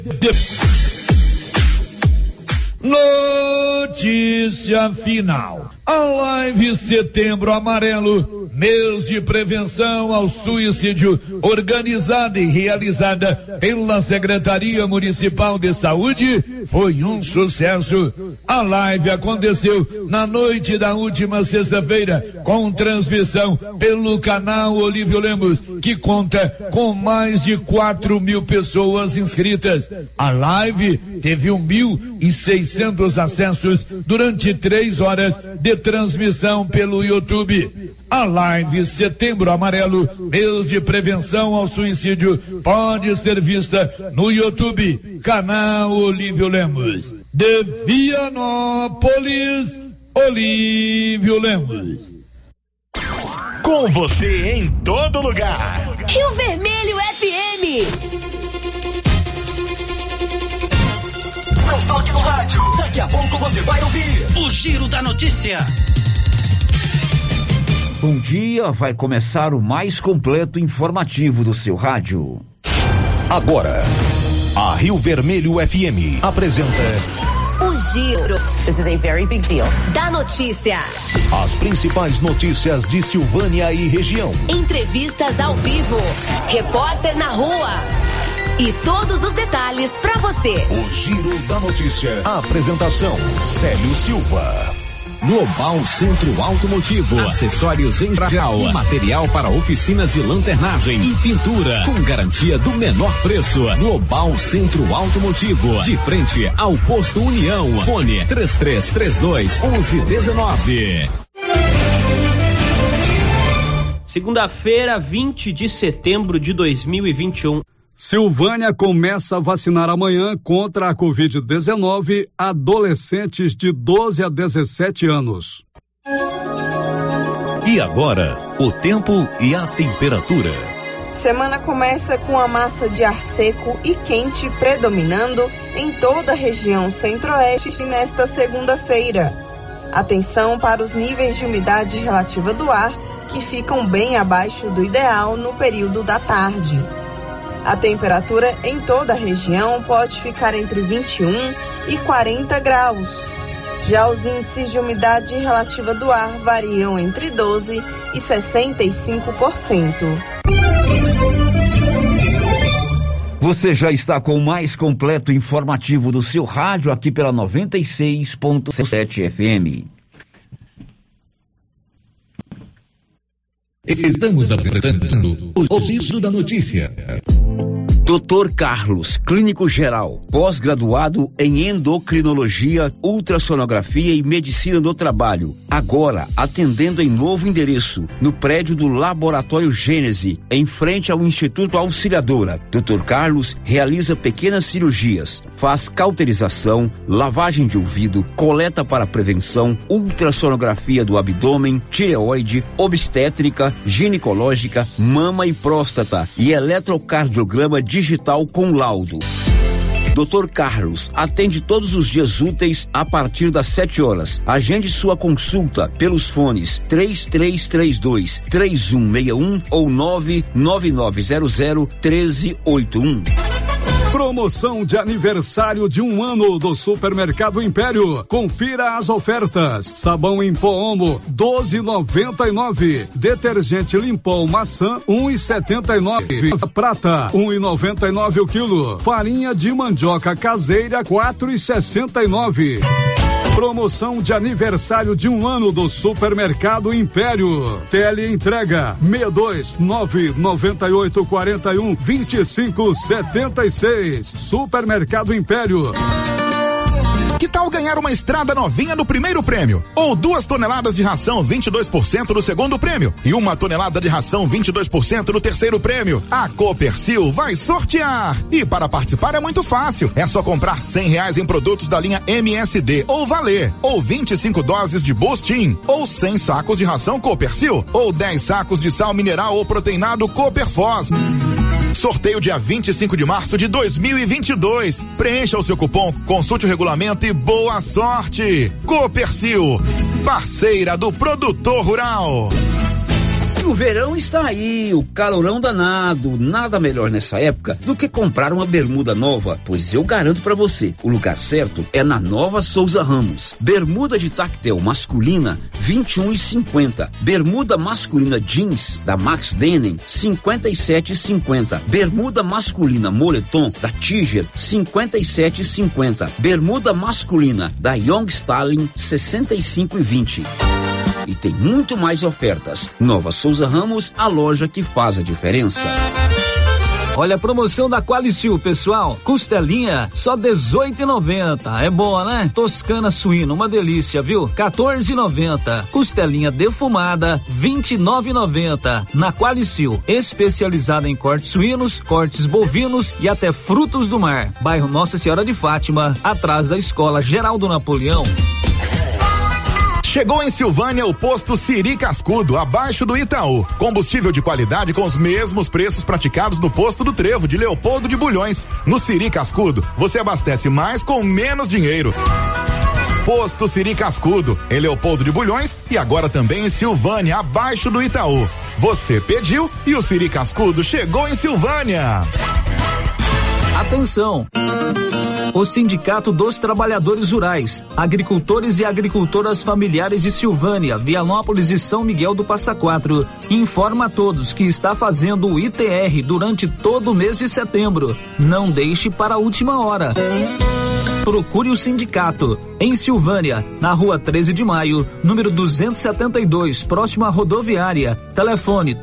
Notícia final. A Live Setembro Amarelo, mês de prevenção ao suicídio, organizada e realizada pela Secretaria Municipal de Saúde, foi um sucesso. A live aconteceu na noite da última sexta-feira, com transmissão pelo canal Olívio Lemos, que conta com mais de 4.000 pessoas inscritas. A live teve 1.600 acessos durante 3 horas de transmissão pelo YouTube. A Live Setembro Amarelo, mês de prevenção ao suicídio, pode ser vista no YouTube, canal Olívio Lemos. De Vianópolis, Olívio Lemos. Com você em todo lugar. Rio Vermelho FM. Não toque no rádio. Daqui a pouco você vai ouvir o Giro da Notícia. Bom dia, vai começar o mais completo informativo do seu rádio. Agora, a Rio Vermelho FM apresenta O Giro. This is a very big deal. Da notícia. As principais notícias de Silvânia e região. Entrevistas ao vivo. Repórter na rua. E todos os detalhes pra você. O Giro da Notícia. A apresentação, Célio Silva. Global Centro Automotivo, acessórios em geral, material para oficinas de lanternagem e pintura, com garantia do menor preço. Global Centro Automotivo, de frente ao Posto União. Fone 3332-1119. Segunda-feira, 20 de setembro de 2021. Silvânia começa a vacinar amanhã contra a Covid-19 adolescentes de 12 a 17 anos. E agora, o tempo e a temperatura. Semana começa com a massa de ar seco e quente predominando em toda a região centro-oeste nesta segunda-feira. Atenção para os níveis de umidade relativa do ar, que ficam bem abaixo do ideal no período da tarde. A temperatura em toda a região pode ficar entre 21 e 40 graus. Já os índices de umidade relativa do ar variam entre 12 e 65%. Você já está com o mais completo informativo do seu rádio aqui pela 96.7 FM. Estamos apresentando o Giro da Notícia. Dr. Carlos, clínico geral, pós-graduado em endocrinologia, ultrassonografia e medicina do trabalho. Agora, atendendo em novo endereço, no prédio do Laboratório Gênese, em frente ao Instituto Auxiliadora. Dr. Carlos realiza pequenas cirurgias, faz cauterização, lavagem de ouvido, coleta para prevenção, ultrassonografia do abdômen, tireoide, obstétrica, ginecológica, mama e próstata e eletrocardiograma digital com laudo. Dr. Carlos atende todos os dias úteis a partir das 7 horas. Agende sua consulta pelos fones 3332-3161 ou 99900-1381. Promoção de aniversário de 1 ano do Supermercado Império. Confira as ofertas. Sabão em pó Omo, 12,99. Detergente Limpol Maçã, 1,79. Prata, 1,99 o quilo. Farinha de mandioca caseira, 4,69. Promoção de aniversário de 1 ano do Supermercado Império. Teleentrega 62998412576. Supermercado Império. Que tal ganhar uma estrada novinha no primeiro prêmio? Ou 2 toneladas de ração 22% no segundo prêmio? E 1 tonelada de ração 22% no terceiro prêmio? A Copercil vai sortear! E para participar é muito fácil. É só comprar R$100 em produtos da linha MSD ou Valer. Ou 25 doses de Bostin. Ou 100 sacos de ração Copercil. Ou 10 sacos de sal mineral ou proteinado Coperfós. Sorteio dia 25 de março de 2022. Preencha o seu cupom, consulte o regulamento e boa sorte. Copercil, parceira do produtor rural. E o verão está aí, o calorão danado. Nada melhor nessa época do que comprar uma bermuda nova, pois eu garanto pra você, o lugar certo é na Nova Souza Ramos. Bermuda de tactel masculina, 21,50. Bermuda masculina jeans da Max Denim, 57,50. Bermuda masculina moletom da Tiger, 57,50. Bermuda masculina da Young Stalin, 65,20. E tem muito mais ofertas. Nova Souza Ramos, a loja que faz a diferença. Olha a promoção da Qualicil, pessoal. Costelinha, só R$18,90. É boa, né? Toscana suína, uma delícia, viu? R$14,90. Costelinha defumada, R$29,90. Na Qualicil, especializada em cortes suínos, cortes bovinos e até frutos do mar. Bairro Nossa Senhora de Fátima, atrás da Escola Geraldo Napoleão. Chegou em Silvânia o posto Siri Cascudo, abaixo do Itaú. Combustível de qualidade com os mesmos preços praticados no posto do Trevo, de Leopoldo de Bulhões. No Siri Cascudo, você abastece mais com menos dinheiro. Posto Siri Cascudo, em Leopoldo de Bulhões e agora também em Silvânia, abaixo do Itaú. Você pediu e o Siri Cascudo chegou em Silvânia. Atenção! O Sindicato dos Trabalhadores Rurais, Agricultores e Agricultoras Familiares de Silvânia, Vianópolis e São Miguel do Passa Quatro informa a todos que está fazendo o ITR durante todo o mês de setembro. Não deixe para a última hora. Procure o sindicato em Silvânia, na Rua 13 de Maio, número 272, próximo à rodoviária. Telefone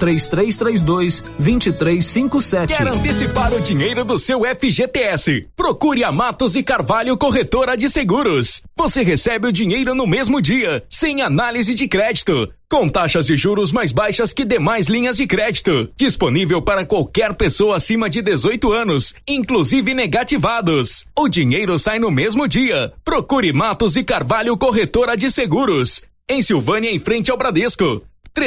3332-2357. Quer antecipar o dinheiro do seu FGTS? Procure a Matos e Carvalho Corretora de Seguros. Você recebe o dinheiro no mesmo dia, sem análise de crédito, com taxas de juros mais baixas que demais linhas de crédito. Disponível para qualquer pessoa acima de 18 anos, inclusive negativados. O dinheiro sai no mesmo dia. Procure Matos e Carvalho Corretora de Seguros. Em Silvânia, em frente ao Bradesco.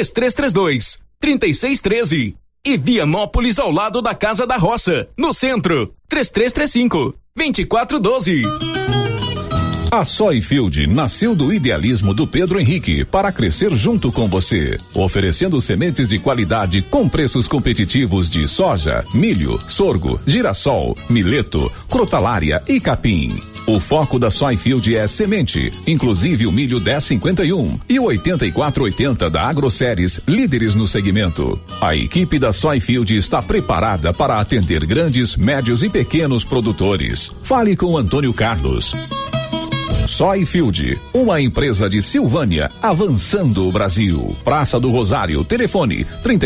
3332-3613. E Vianópolis, ao lado da Casa da Roça, no centro. 3335-2412. A Soyfield nasceu do idealismo do Pedro Henrique para crescer junto com você, oferecendo sementes de qualidade com preços competitivos de soja, milho, sorgo, girassol, mileto, crotalária e capim. O foco da Soyfield é semente, inclusive o milho 1051 e o 8480 da Agroceres, líderes no segmento. A equipe da Soyfield está preparada para atender grandes, médios e pequenos produtores. Fale com Antônio Carlos. Soyfield, uma empresa de Silvânia, avançando o Brasil. Praça do Rosário, telefone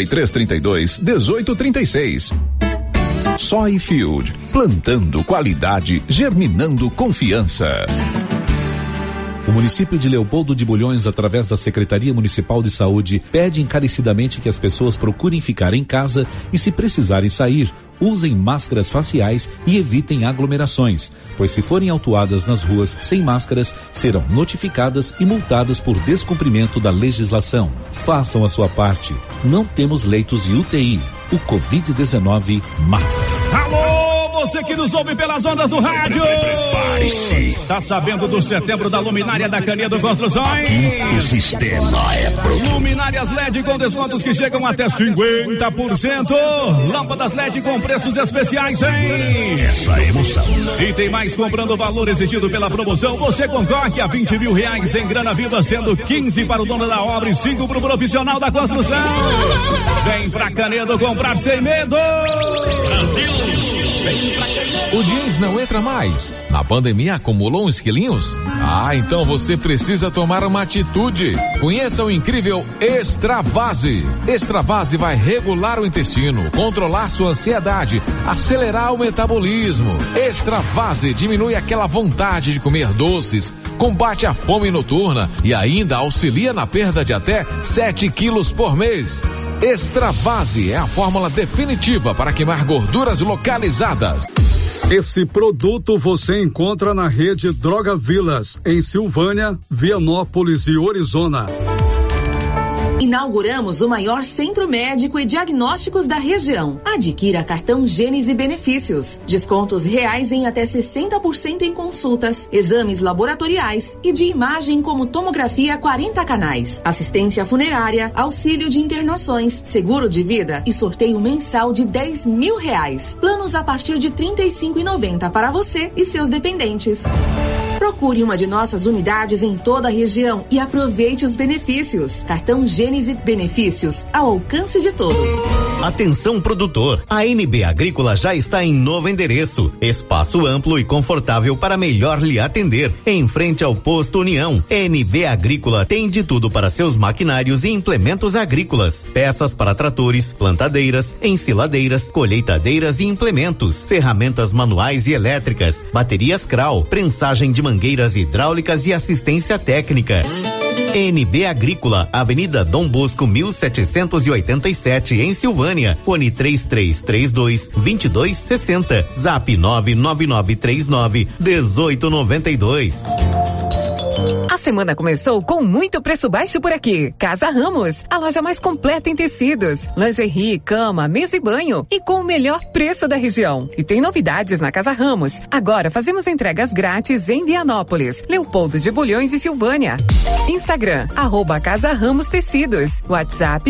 3332-1836. Soyfield, plantando qualidade, germinando confiança. O município de Leopoldo de Bulhões, através da Secretaria Municipal de Saúde, pede encarecidamente que as pessoas procurem ficar em casa e, se precisarem sair, usem máscaras faciais e evitem aglomerações, pois se forem autuadas nas ruas sem máscaras, serão notificadas e multadas por descumprimento da legislação. Façam a sua parte. Não temos leitos de UTI. O Covid-19 mata. Alô, você que nos ouve pelas ondas do rádio. Prepare-se. Tá sabendo do setembro da luminária da Canedo Construções? O sistema é pronto. Luminárias LED com descontos que chegam até 50%. Lâmpadas LED com preços especiais, hein? Essa emoção. E tem mais, comprando o valor exigido pela promoção, você concorre a R$20 mil em grana viva, sendo 15 para o dono da obra e 5 para o profissional da construção. Vem pra Canedo comprar sem medo. Brasil! O jeans não entra mais. Na pandemia acumulou uns quilinhos? Ah, então você precisa tomar uma atitude. Conheça o incrível Extravase. Extravase vai regular o intestino, controlar sua ansiedade, acelerar o metabolismo. Extravase diminui aquela vontade de comer doces, combate a fome noturna e ainda auxilia na perda de até 7 quilos por mês. Extravase é a fórmula definitiva para queimar gorduras localizadas. Esse produto você encontra na rede Droga Vilas, em Silvânia, Vianópolis e Orizona. Inauguramos o maior centro médico e diagnósticos da região. Adquira cartão Gênese Benefícios. Descontos reais em até 60% em consultas, exames laboratoriais e de imagem como tomografia 40 canais, assistência funerária, auxílio de internações, seguro de vida e sorteio mensal de R$10.000. Planos a partir de R$35,90 para você e seus dependentes. Procure uma de nossas unidades em toda a região e aproveite os benefícios. Cartão Gênese Benefícios, ao alcance de todos. Atenção produtor, a NB Agrícola já está em novo endereço. Espaço amplo e confortável para melhor lhe atender. Em frente ao Posto União, NB Agrícola tem de tudo para seus maquinários e implementos agrícolas. Peças para tratores, plantadeiras, ensiladeiras, colheitadeiras e implementos. Ferramentas manuais e elétricas, baterias Kral, prensagem de mangueiras hidráulicas e assistência técnica. NB Agrícola, Avenida Dom Bosco 1787, em Silvânia. Fone 3332-2260. Zap 99939-1892. A semana começou com muito preço baixo por aqui. Casa Ramos, a loja mais completa em tecidos, lingerie, cama, mesa e banho e com o melhor preço da região. E tem novidades na Casa Ramos. Agora fazemos entregas grátis em Vianópolis, Leopoldo de Bulhões e Silvânia. Instagram, @Casa Ramos Tecidos. WhatsApp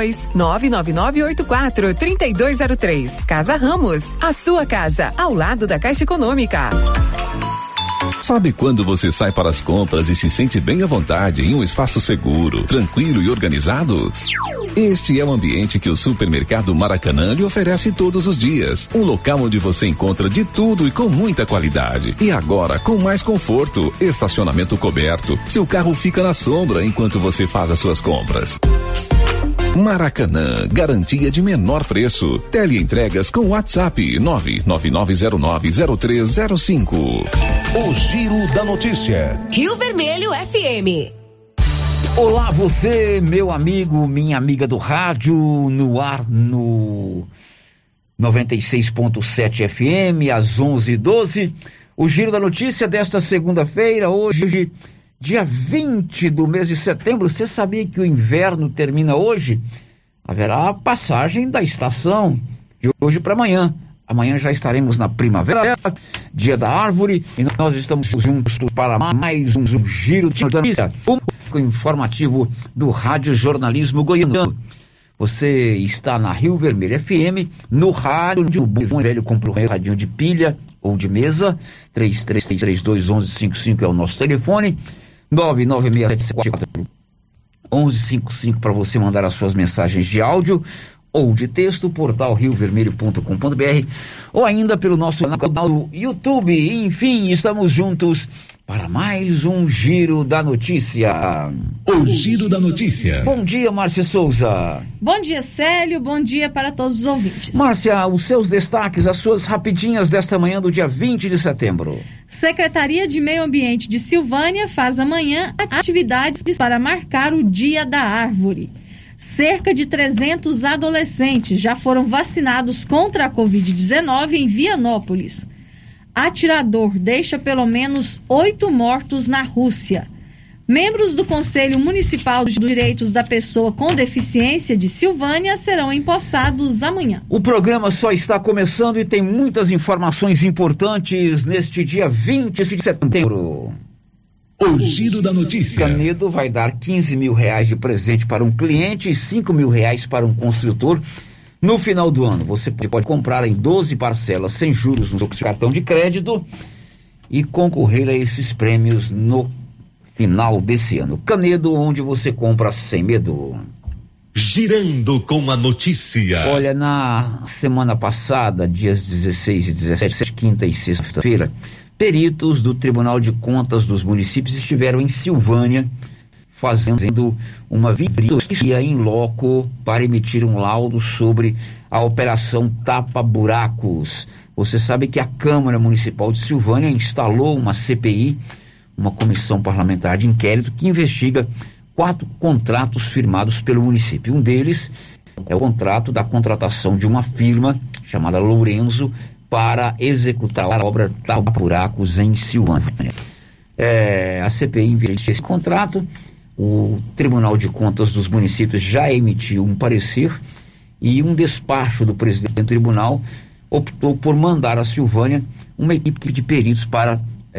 62-99984-3203. Casa Ramos, a sua casa, ao lado da Caixa Econômica. Sabe quando você sai para as compras e se sente bem à vontade em um espaço seguro, tranquilo e organizado? Este é o ambiente que o Supermercado Maracanã lhe oferece todos os dias. Um local onde você encontra de tudo e com muita qualidade. E agora com mais conforto, estacionamento coberto. Seu carro fica na sombra enquanto você faz as suas compras. Maracanã, garantia de menor preço. Teleentregas com WhatsApp 999090305. O Giro da Notícia. Rio Vermelho FM. Olá você, meu amigo, minha amiga do rádio, no ar no 96.7 FM, às 11h12. O Giro da Notícia desta segunda-feira, hoje, dia 20 do mês de setembro. Você sabia que o inverno termina hoje? Haverá a passagem da estação de hoje para amanhã. Amanhã já estaremos na primavera, dia da árvore, e nós estamos juntos para mais um Giro da Notícia, um informativo do Rádio Jornalismo Goiano. Você está na Rio Vermelho FM, no rádio, no bom velho, compra um radinho de pilha ou de mesa, 33321155 é o nosso telefone, 996741155 para você mandar as suas mensagens de áudio ou de texto, portal riovermelho.com.br, ou ainda pelo nosso canal do YouTube. Enfim, estamos juntos para mais um Giro da Notícia. O Giro da Notícia. Bom dia, Márcia Souza. Bom dia, Célio. Bom dia para todos os ouvintes. Márcia, os seus destaques, as suas rapidinhas desta manhã do dia 20 de setembro. Secretaria de Meio Ambiente de Silvânia faz amanhã atividades para marcar o Dia da Árvore. Cerca de 300 adolescentes já foram vacinados contra a Covid-19 em Vianópolis. Atirador deixa pelo menos 8 mortos na Rússia. Membros do Conselho Municipal dos Direitos da Pessoa com Deficiência de Silvânia serão empossados amanhã. O programa só está começando e tem muitas informações importantes neste dia 20 de setembro. O Giro da Notícia. Canedo vai dar R$15.000 de presente para um cliente e R$5.000 para um construtor. No final do ano, você pode comprar em 12 parcelas sem juros no seu cartão de crédito e concorrer a esses prêmios no final desse ano. Canedo, onde você compra sem medo. Girando com a notícia. Olha, na semana passada, dias 16 e 17, quinta e sexta-feira, peritos do Tribunal de Contas dos Municípios estiveram em Silvânia fazendo uma vistoria em loco para emitir um laudo sobre a operação Tapa Buracos. Você sabe que a Câmara Municipal de Silvânia instalou uma CPI, uma comissão parlamentar de inquérito, que investiga 4 contratos firmados pelo município. Um deles é o contrato da contratação de uma firma chamada Lourenço para executar a obra Tapa Buracos em Silvânia. A CPI investiga esse contrato. O Tribunal de Contas dos Municípios já emitiu um parecer e um despacho do presidente do tribunal optou por mandar a Silvânia uma equipe de peritos para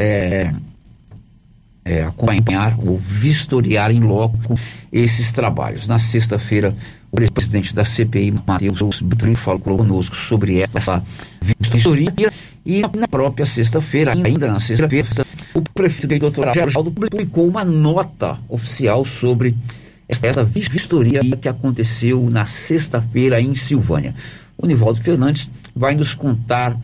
acompanhar ou vistoriar em loco esses trabalhos. Na sexta-feira, o presidente da CPI, Matheus Brito, falou conosco sobre essa vistoria e na própria sexta-feira, ainda na sexta-feira, o prefeito Dr. Geraldo publicou uma nota oficial sobre essa vistoria que aconteceu na sexta-feira em Silvânia. O Nivaldo Fernandes vai nos contar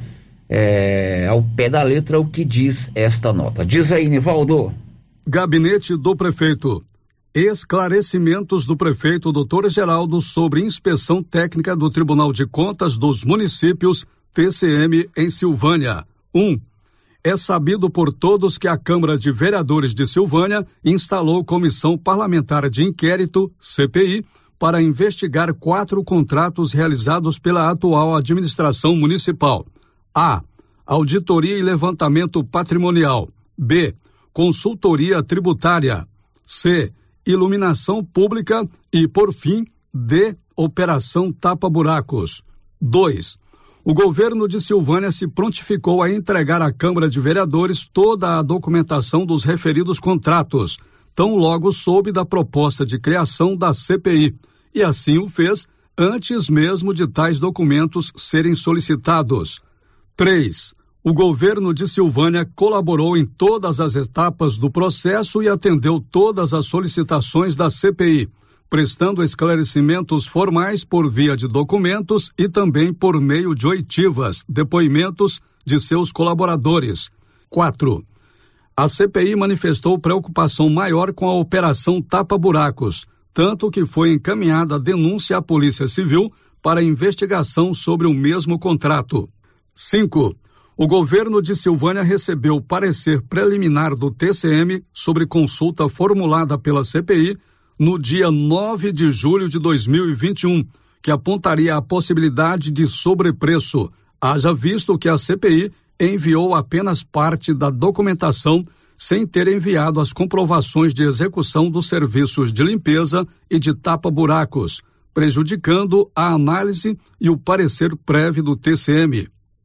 ao pé da letra o que diz esta nota. Diz aí, Nivaldo. Gabinete do Prefeito. Esclarecimentos do prefeito Dr. Geraldo sobre inspeção técnica do Tribunal de Contas dos Municípios, TCM, em Silvânia. 1. É sabido por todos que a Câmara de Vereadores de Silvânia instalou Comissão Parlamentar de Inquérito, CPI, para investigar 4 contratos realizados pela atual administração municipal. A. Auditoria e levantamento patrimonial. B. Consultoria tributária. C. Iluminação pública e, por fim, D. Operação tapa-buracos. 2. O governo de Silvânia se prontificou a entregar à Câmara de Vereadores toda a documentação dos referidos contratos, tão logo soube da proposta de criação da CPI, e assim o fez antes mesmo de tais documentos serem solicitados. 3. O governo de Silvânia colaborou em todas as etapas do processo e atendeu todas as solicitações da CPI, prestando esclarecimentos formais por via de documentos e também por meio de oitivas, depoimentos de seus colaboradores. 4. A CPI manifestou preocupação maior com a Operação Tapa-Buracos, tanto que foi encaminhada a denúncia à Polícia Civil para investigação sobre o mesmo contrato. 5. O governo de Silvânia recebeu parecer preliminar do TCM sobre consulta formulada pela CPI no dia 9 de julho de 2021, que apontaria a possibilidade de sobrepreço, haja visto que a CPI enviou apenas parte da documentação sem ter enviado as comprovações de execução dos serviços de limpeza e de tapa-buracos, prejudicando a análise e o parecer prévio do TCM.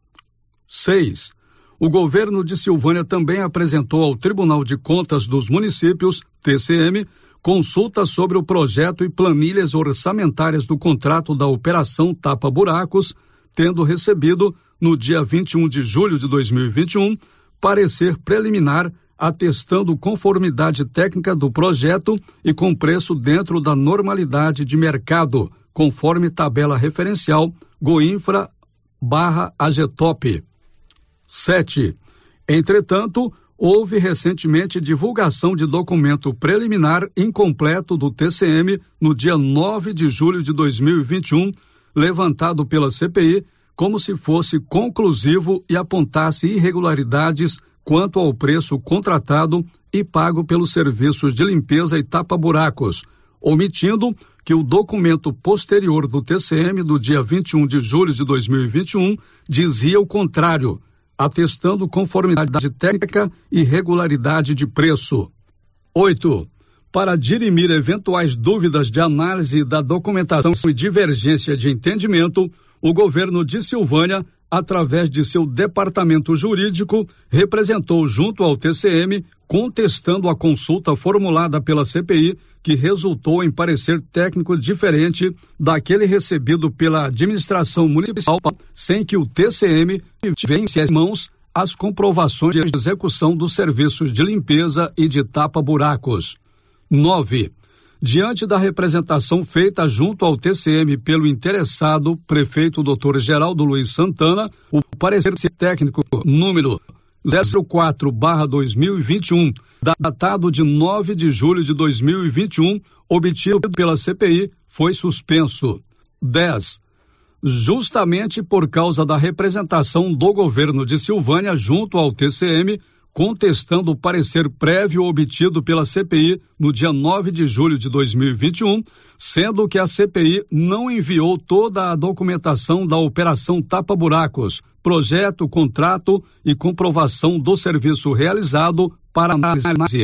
6. O governo de Silvânia também apresentou ao Tribunal de Contas dos Municípios, TCM, consulta sobre o projeto e planilhas orçamentárias do contrato da Operação Tapa-Buracos, tendo recebido, no dia 21 de julho de 2021, parecer preliminar atestando conformidade técnica do projeto e com preço dentro da normalidade de mercado, conforme tabela referencial Goinfra/AGTOP. 7. Entretanto, houve recentemente divulgação de documento preliminar incompleto do TCM no dia 9 de julho de 2021, levantado pela CPI como se fosse conclusivo e apontasse irregularidades quanto ao preço contratado e pago pelos serviços de limpeza e tapa-buracos, omitindo que o documento posterior do TCM do dia 21 de julho de 2021 dizia o contrário, atestando conformidade técnica e regularidade de preço. 8. Para dirimir eventuais dúvidas de análise da documentação e divergência de entendimento, o governo de Silvânia, através de seu departamento jurídico, representou junto ao TCM, contestando a consulta formulada pela CPI, que resultou em parecer técnico diferente daquele recebido pela administração municipal, sem que o TCM tivesse em mãos as comprovações de execução dos serviços de limpeza e de tapa-buracos. 9. Diante da representação feita junto ao TCM pelo interessado prefeito Dr. Geraldo Luiz Santana, o parecer técnico número 04/2021, datado de 9 de julho de 2021, obtido pela CPI, foi suspenso. 10. Justamente por causa da representação do governo de Silvânia junto ao TCM, contestando o parecer prévio obtido pela CPI no dia 9 de julho de 2021, sendo que a CPI não enviou toda a documentação da Operação Tapa-Buracos, projeto, contrato e comprovação do serviço realizado para análise.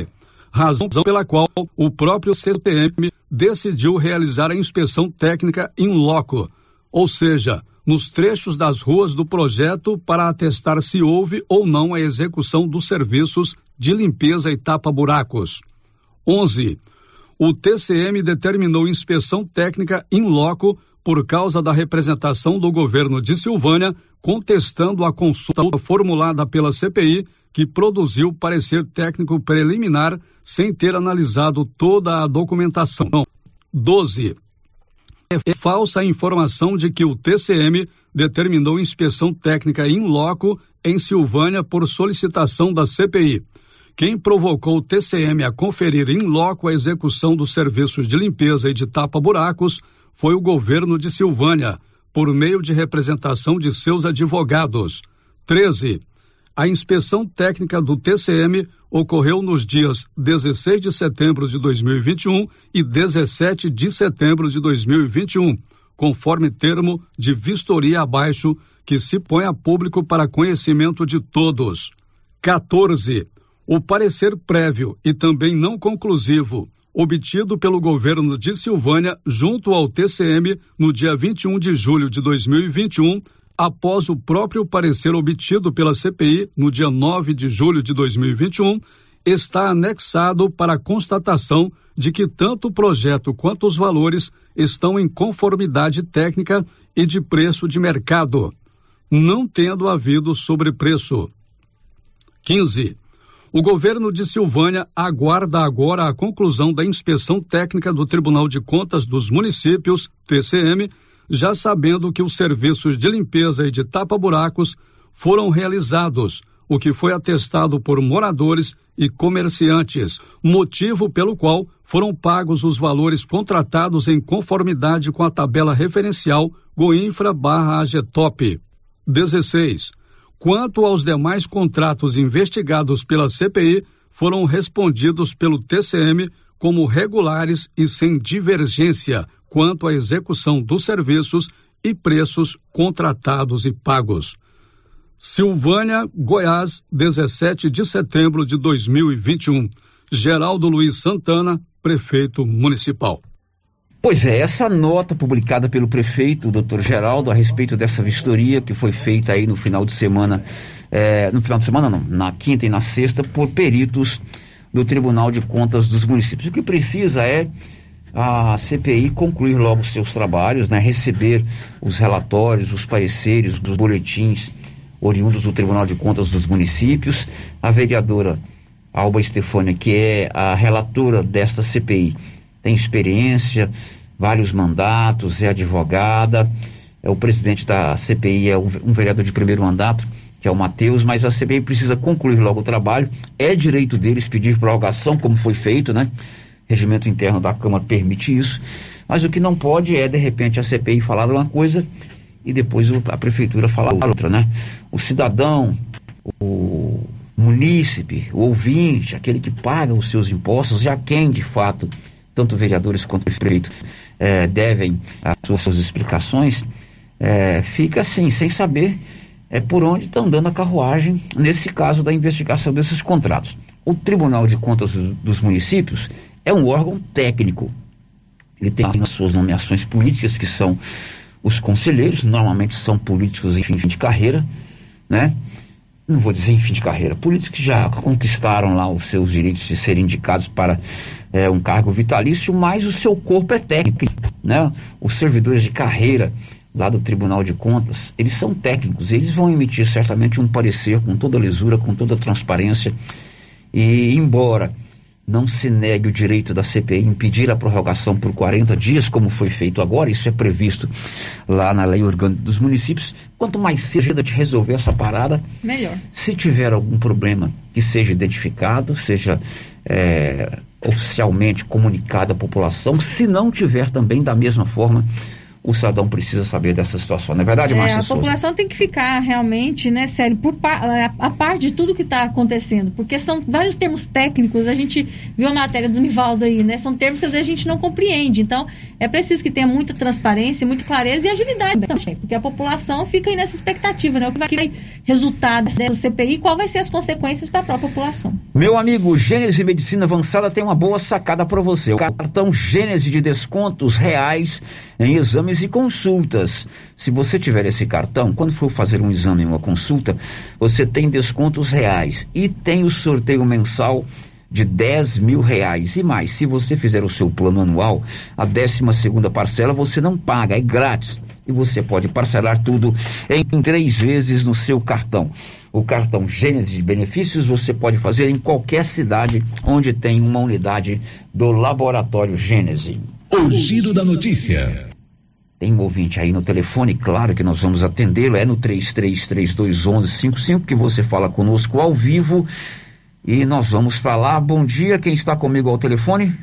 razão pela qual o próprio CTM decidiu realizar a inspeção técnica in loco, ou seja, nos trechos das ruas do projeto para atestar se houve ou não a execução dos serviços de limpeza e tapa-buracos. 11. O TCM determinou inspeção técnica in loco por causa da representação do governo de Silvânia contestando a consulta formulada pela CPI, que produziu parecer técnico preliminar sem ter analisado toda a documentação. 12. É falsa a informação de que o TCM determinou inspeção técnica in loco em Silvânia por solicitação da CPI. Quem provocou o TCM a conferir in loco a execução dos serviços de limpeza e de tapa-buracos foi o governo de Silvânia, por meio de representação de seus advogados. 13. A inspeção técnica do TCM ocorreu nos dias 16 de setembro de 2021 e 17 de setembro de 2021, conforme termo de vistoria abaixo, que se põe a público para conhecimento de todos. 14. O parecer prévio e também não conclusivo, obtido pelo governo de Silvânia junto ao TCM no dia 21 de julho de 2021, após o próprio parecer obtido pela CPI no dia 9 de julho de 2021, está anexado para a constatação de que tanto o projeto quanto os valores estão em conformidade técnica e de preço de mercado, não tendo havido sobrepreço. 15. O governo de Silvânia aguarda agora a conclusão da inspeção técnica do Tribunal de Contas dos Municípios, TCM, já sabendo que os serviços de limpeza e de tapa-buracos foram realizados, o que foi atestado por moradores e comerciantes, motivo pelo qual foram pagos os valores contratados em conformidade com a tabela referencial Goinfra/AGTOP. 16. Quanto aos demais contratos investigados pela CPI, foram respondidos pelo TCM como regulares e sem divergência quanto à execução dos serviços e preços contratados e pagos. Silvânia, Goiás, 17 de setembro de 2021. Geraldo Luiz Santana, prefeito municipal. Pois é, essa nota publicada pelo prefeito, o doutor Geraldo, a respeito dessa vistoria que foi feita aí no final de semana, na quinta e na sexta, por peritos do Tribunal de Contas dos Municípios. O que precisa é a CPI concluir logo seus trabalhos, né, receber os relatórios, os pareceres, os boletins oriundos do Tribunal de Contas dos Municípios. A vereadora Alba Estefânia, que é a relatora desta CPI, tem experiência, vários mandatos, é advogada, o presidente da CPI é um vereador de primeiro mandato, que é o Matheus, mas a CPI precisa concluir logo o trabalho, é direito deles pedir prorrogação, como foi feito, né? Regimento interno da Câmara permite isso, mas o que não pode é, de repente, a CPI falar uma coisa e depois a Prefeitura falar outra, né? O cidadão, o munícipe, o ouvinte, aquele que paga os seus impostos, já quem, de fato, tanto vereadores quanto o prefeito devem as suas explicações, fica assim, sem saber por onde está andando a carruagem, nesse caso da investigação desses contratos. O Tribunal de Contas dos Municípios é um órgão técnico, ele tem as suas nomeações políticas, que são os conselheiros, normalmente são políticos em fim de carreira, né? Não vou dizer em fim de carreira, políticos que já conquistaram lá os seus direitos de serem indicados para um cargo vitalício, mas o seu corpo é técnico, né? Os servidores de carreira lá do Tribunal de Contas, eles são técnicos, eles vão emitir certamente um parecer com toda a lisura, com toda a transparência, e embora não se negue o direito da CPI impedir a prorrogação por 40 dias, como foi feito agora, isso é previsto lá na Lei Orgânica dos Municípios, quanto mais cedo de resolver essa parada, melhor. Se tiver algum problema que seja identificado, seja oficialmente comunicado à população, se não tiver também, da mesma forma, o cidadão precisa saber dessa situação, não é verdade, Márcia A Souza? população tem que ficar realmente, né, Célio, a par de tudo que está acontecendo, porque são vários termos técnicos, a gente viu a matéria do Nivaldo aí, né, são termos que às vezes a gente não compreende, então é preciso que tenha muita transparência, muita clareza e agilidade também, porque a população fica aí nessa expectativa, né, o que vai resultar dessa CPI, qual vai ser as consequências para a própria população. Meu amigo, Gênese Medicina Avançada tem uma boa sacada para você, o cartão Gênese de descontos reais em exames e consultas. Se você tiver esse cartão, quando for fazer um exame, uma consulta, você tem descontos reais e tem o sorteio mensal de R$10.000 e mais. Se você fizer o seu plano anual, a 12ª parcela você não paga, é grátis. E você pode parcelar tudo em 3 vezes no seu cartão. O cartão Gênese de Benefícios você pode fazer em qualquer cidade onde tem uma unidade do Laboratório Gênese. O Giro da Notícia. Tem um ouvinte aí no telefone, claro que nós vamos atendê-lo, é no 33321155 que você fala conosco ao vivo e nós vamos para lá. Bom dia, quem está comigo ao telefone?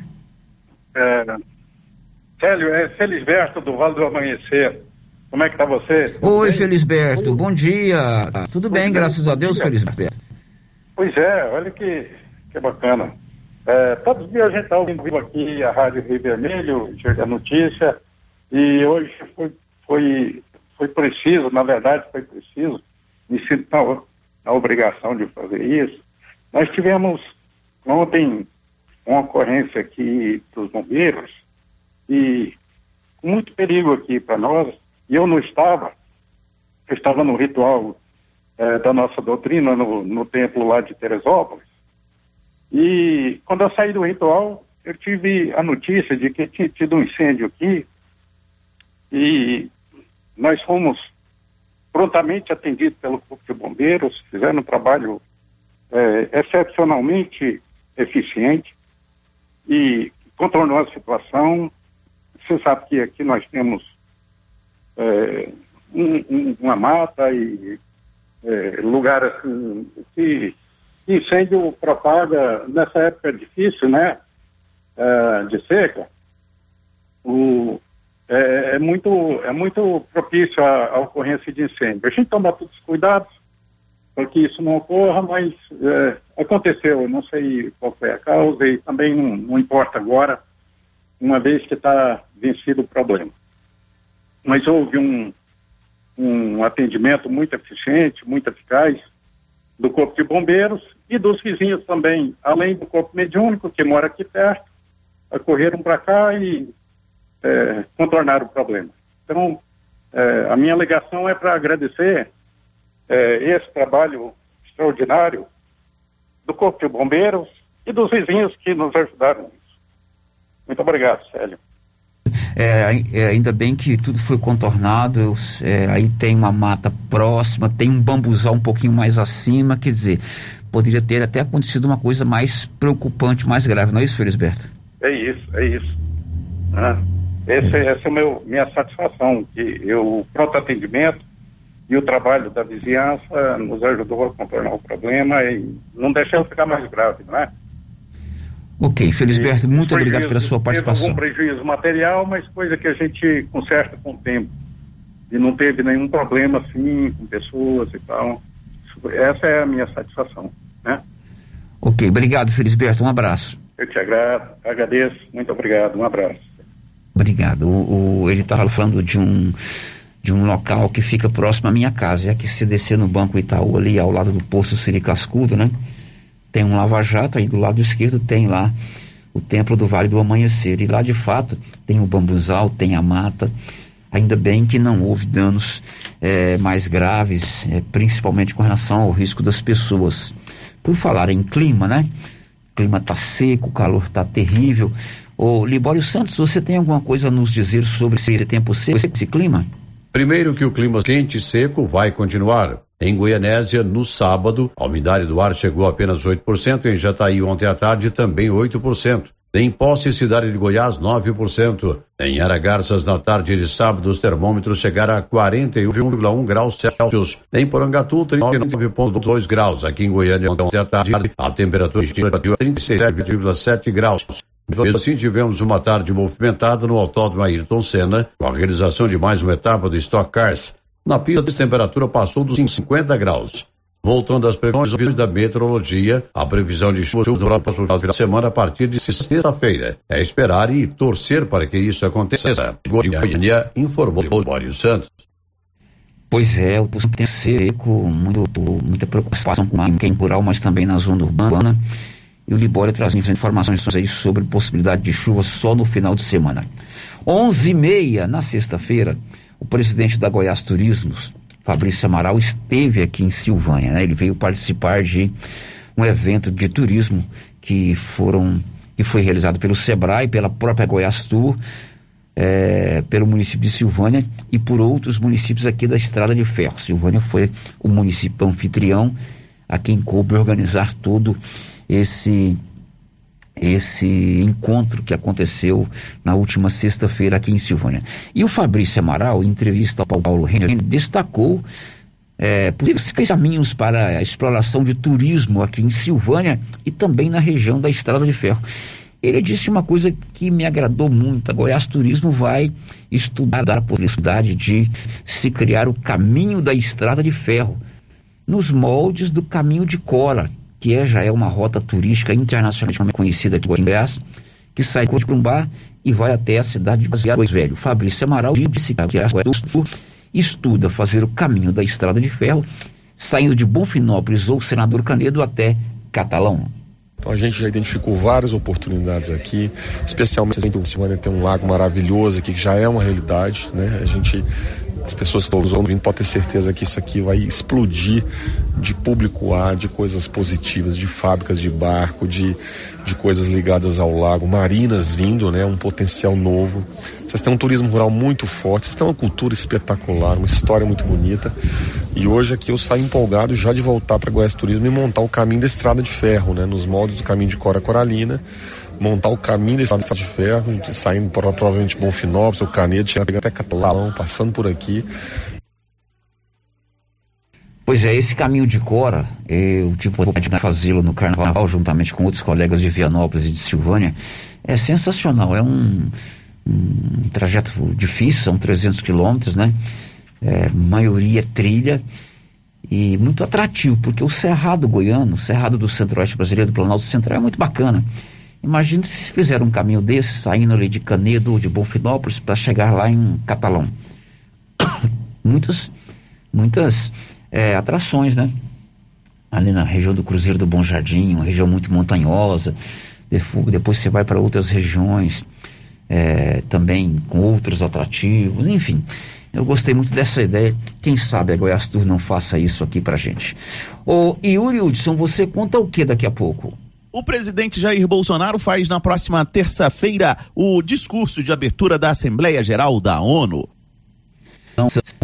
Célio, é Felisberto do Vale do Amanhecer. Como é que está você? Oi, Felisberto, bom dia. Tudo bem, graças a Deus, Felisberto. Pois é, olha que bacana. Todos os dias a gente está ouvindo aqui a Rádio Rio Vermelho, a notícia, e hoje foi preciso, na verdade foi preciso, me sinto na obrigação de fazer isso. Nós tivemos ontem uma ocorrência aqui dos bombeiros, e muito perigo aqui para nós, e eu não estava, eu estava no ritual da nossa doutrina, no templo lá de Teresópolis, e quando eu saí do ritual, eu tive a notícia de que tinha tido um incêndio aqui, e nós fomos prontamente atendidos pelo Corpo de Bombeiros, fizeram um trabalho excepcionalmente eficiente e contornou a situação. Você sabe que aqui nós temos uma mata e lugar assim que incêndio propaga nessa época difícil, né? De seca. É muito propício à ocorrência de incêndio. A gente toma todos os cuidados para que isso não ocorra, mas aconteceu, eu não sei qual foi a causa e também não importa agora, uma vez que está vencido o problema. Mas houve um atendimento muito eficiente, muito eficaz do Corpo de Bombeiros e dos vizinhos também, além do Corpo Mediúnico, que mora aqui perto, correram para cá e contornaram o problema. Então, a minha alegação é para agradecer esse trabalho extraordinário do Corpo de Bombeiros e dos vizinhos que nos ajudaram nisso. Muito obrigado, Célio. Ainda bem que tudo foi contornado, aí tem uma mata próxima, tem um bambuzal um pouquinho mais acima, quer dizer, poderia ter até acontecido uma coisa mais preocupante, mais grave, não é isso, Felisberto? É isso. Essa é minha satisfação, que o pronto atendimento e o trabalho da vizinhança nos ajudou a contornar o problema e não deixou ficar mais grave, não é? Ok, Felisberto, muito obrigado pela sua participação. Teve algum prejuízo material, mas coisa que a gente conserta com o tempo. E não teve nenhum problema, assim, com pessoas e tal. Essa é a minha satisfação, né? Ok, obrigado, Felisberto, um abraço. Eu te agradeço, muito obrigado, um abraço. Obrigado. Ele estava falando de um local que fica próximo à minha casa, é que se descer no Banco Itaú ali, ao lado do Poço Siri Cascudo, né? Tem um lava-jato, aí do lado esquerdo tem lá o Templo do Vale do Amanhecer, e lá de fato tem o bambuzal, tem a mata. Ainda bem que não houve danos mais graves, principalmente com relação ao risco das pessoas. Por falar em clima, né? O clima tá seco, o calor tá terrível. Ô Libório Santos, você tem alguma coisa a nos dizer sobre esse tempo seco, esse clima? Primeiro que o clima quente e seco vai continuar. Em Goianésia, no sábado, a umidade do ar chegou a apenas 8%, em Jataí ontem à tarde também 8%. Em Posse, cidade de Goiás, 9%. Em Aragarças, na tarde de sábado, os termômetros chegaram a 41,1 graus Celsius. Em Porangatu, 39,2 graus. Aqui em Goiânia, ontem à tarde, a temperatura chegou a 37,7 graus. Assim, tivemos uma tarde movimentada no Autódromo Ayrton Senna, com a realização de mais uma etapa do Stock Cars. Na pista, a temperatura passou dos 50 graus. Voltando às previsões da meteorologia, a previsão de chuva no próximo final de semana a partir de sexta-feira. É esperar e torcer para que isso aconteça. Goiânia informou Libório Santos. Pois é, o tempo seco, muita preocupação com quem rural, mas também na zona urbana. E o Libório traz informações aí sobre possibilidade de chuva só no final de semana. 11h30, na sexta-feira, o presidente da Goiás Turismos, Fabrício Amaral, esteve aqui em Silvânia, né? Ele veio participar de um evento de turismo que foi realizado pelo Sebrae, pela própria Goiás Tour, pelo município de Silvânia e por outros municípios aqui da Estrada de Ferro. Silvânia foi o município anfitrião a quem coube organizar todo esse encontro que aconteceu na última sexta-feira aqui em Silvânia. E o Fabrício Amaral, em entrevista ao Paulo Renner, destacou possíveis caminhos para a exploração de turismo aqui em Silvânia e também na região da Estrada de Ferro. Ele disse uma coisa que me agradou muito: a Goiás Turismo vai estudar a possibilidade de se criar o caminho da Estrada de Ferro, nos moldes do Caminho de Cora, que já é uma rota turística internacionalmente conhecida aqui em Goiás, que sai de Corumbá e vai até a cidade de Goiás Velho. Fabrício Amaral disse que a Goiás estuda fazer o caminho da Estrada de Ferro, saindo de Bonfinópolis ou Senador Canedo até Catalão. Então a gente já identificou várias oportunidades aqui, especialmente em Silvânia tem um lago maravilhoso aqui que já é uma realidade, né? As pessoas que estão ouvindo podem ter certeza que isso aqui vai explodir de público A, de coisas positivas, de fábricas de barco, de coisas ligadas ao lago, marinas vindo, né? Um potencial novo. Vocês têm um turismo rural muito forte, vocês têm uma cultura espetacular, uma história muito bonita. E hoje aqui eu saio empolgado já de voltar para Goiás Turismo e montar o caminho da Estrada de Ferro, né? Nos moldes do caminho de Cora Coralina, montar o caminho da Estrada de Ferro, saindo provavelmente de Bonfinópolis, o Canedo, chegando até Catalão, passando por aqui. Pois é, esse caminho de Cora, eu tive a oportunidade de fazê-lo no Carnaval, juntamente com outros colegas de Vianópolis e de Silvânia. É sensacional, é um trajeto difícil, são 300 quilômetros, né? Maioria trilha e muito atrativo, porque o Cerrado goiano, o Cerrado do Centro-Oeste brasileiro, do Planalto Central, é muito bacana. Imagina se fizeram um caminho desse, saindo ali de Canedo ou de Bonfinópolis para chegar lá em Catalão. Muitas atrações, né? Ali na região do Cruzeiro do Bom Jardim, uma região muito montanhosa. Depois você vai para outras regiões, também com outros atrativos, enfim. Eu gostei muito dessa ideia. Quem sabe a Goiás Tour não faça isso aqui pra gente. Ô Yuri Hudson, você conta o que daqui a pouco? O presidente Jair Bolsonaro faz na próxima terça-feira o discurso de abertura da Assembleia Geral da ONU. São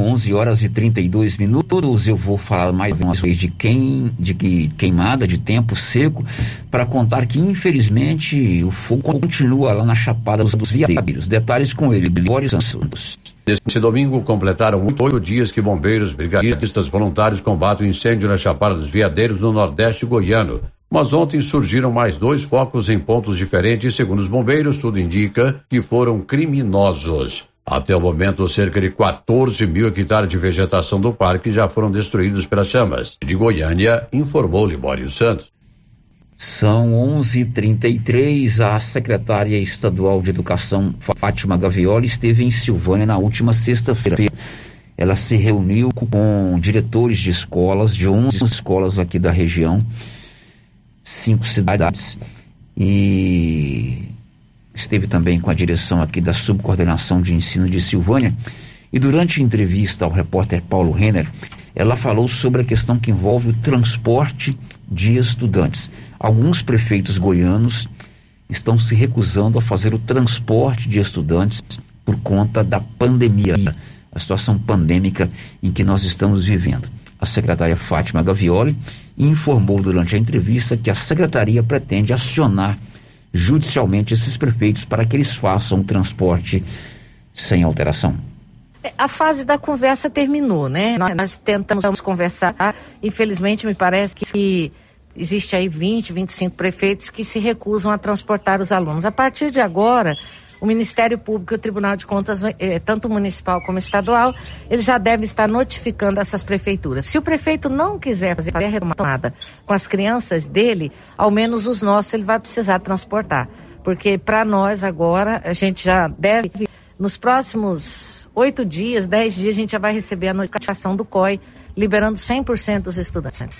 11h32. Eu vou falar mais uma vez de queimada, de tempo seco, para contar que infelizmente o fogo continua lá na Chapada dos Veadeiros. Detalhes com ele, Libório Santos. Esse domingo completaram 8 dias que bombeiros, brigadistas voluntários combatem o incêndio na Chapada dos Veadeiros, no Nordeste goiano. Mas ontem surgiram mais 2 focos em pontos diferentes, segundo os bombeiros, tudo indica que foram criminosos. Até o momento, cerca de 14 mil hectares de vegetação do parque já foram destruídos pelas chamas. De Goiânia, informou Libório Santos. São 11h33, a secretária estadual de Educação, Fátima Gavioli, esteve em Silvânia na última sexta-feira. Ela se reuniu com diretores de escolas, de 11 escolas aqui da região, 5 cidades, e esteve também com a direção aqui da Subcoordenação de Ensino de Silvânia. E durante a entrevista ao repórter Paulo Renner, ela falou sobre a questão que envolve o transporte de estudantes. Alguns prefeitos goianos estão se recusando a fazer o transporte de estudantes por conta da pandemia, a situação pandêmica em que nós estamos vivendo. A secretária Fátima Gavioli informou durante a entrevista que a secretaria pretende acionar judicialmente esses prefeitos para que eles façam o transporte sem alteração. A fase da conversa terminou, né? Nós tentamos conversar, infelizmente me parece que existe aí 20, 25 prefeitos que se recusam a transportar os alunos. A partir de agora, o Ministério Público e o Tribunal de Contas, tanto municipal como estadual, ele já deve estar notificando essas prefeituras. Se o prefeito não quiser fazer a retomada com as crianças dele, ao menos os nossos ele vai precisar transportar. Porque para nós agora, a gente já deve, nos próximos 8 dias, 10 dias, a gente já vai receber a notificação do COI, liberando 100% dos estudantes.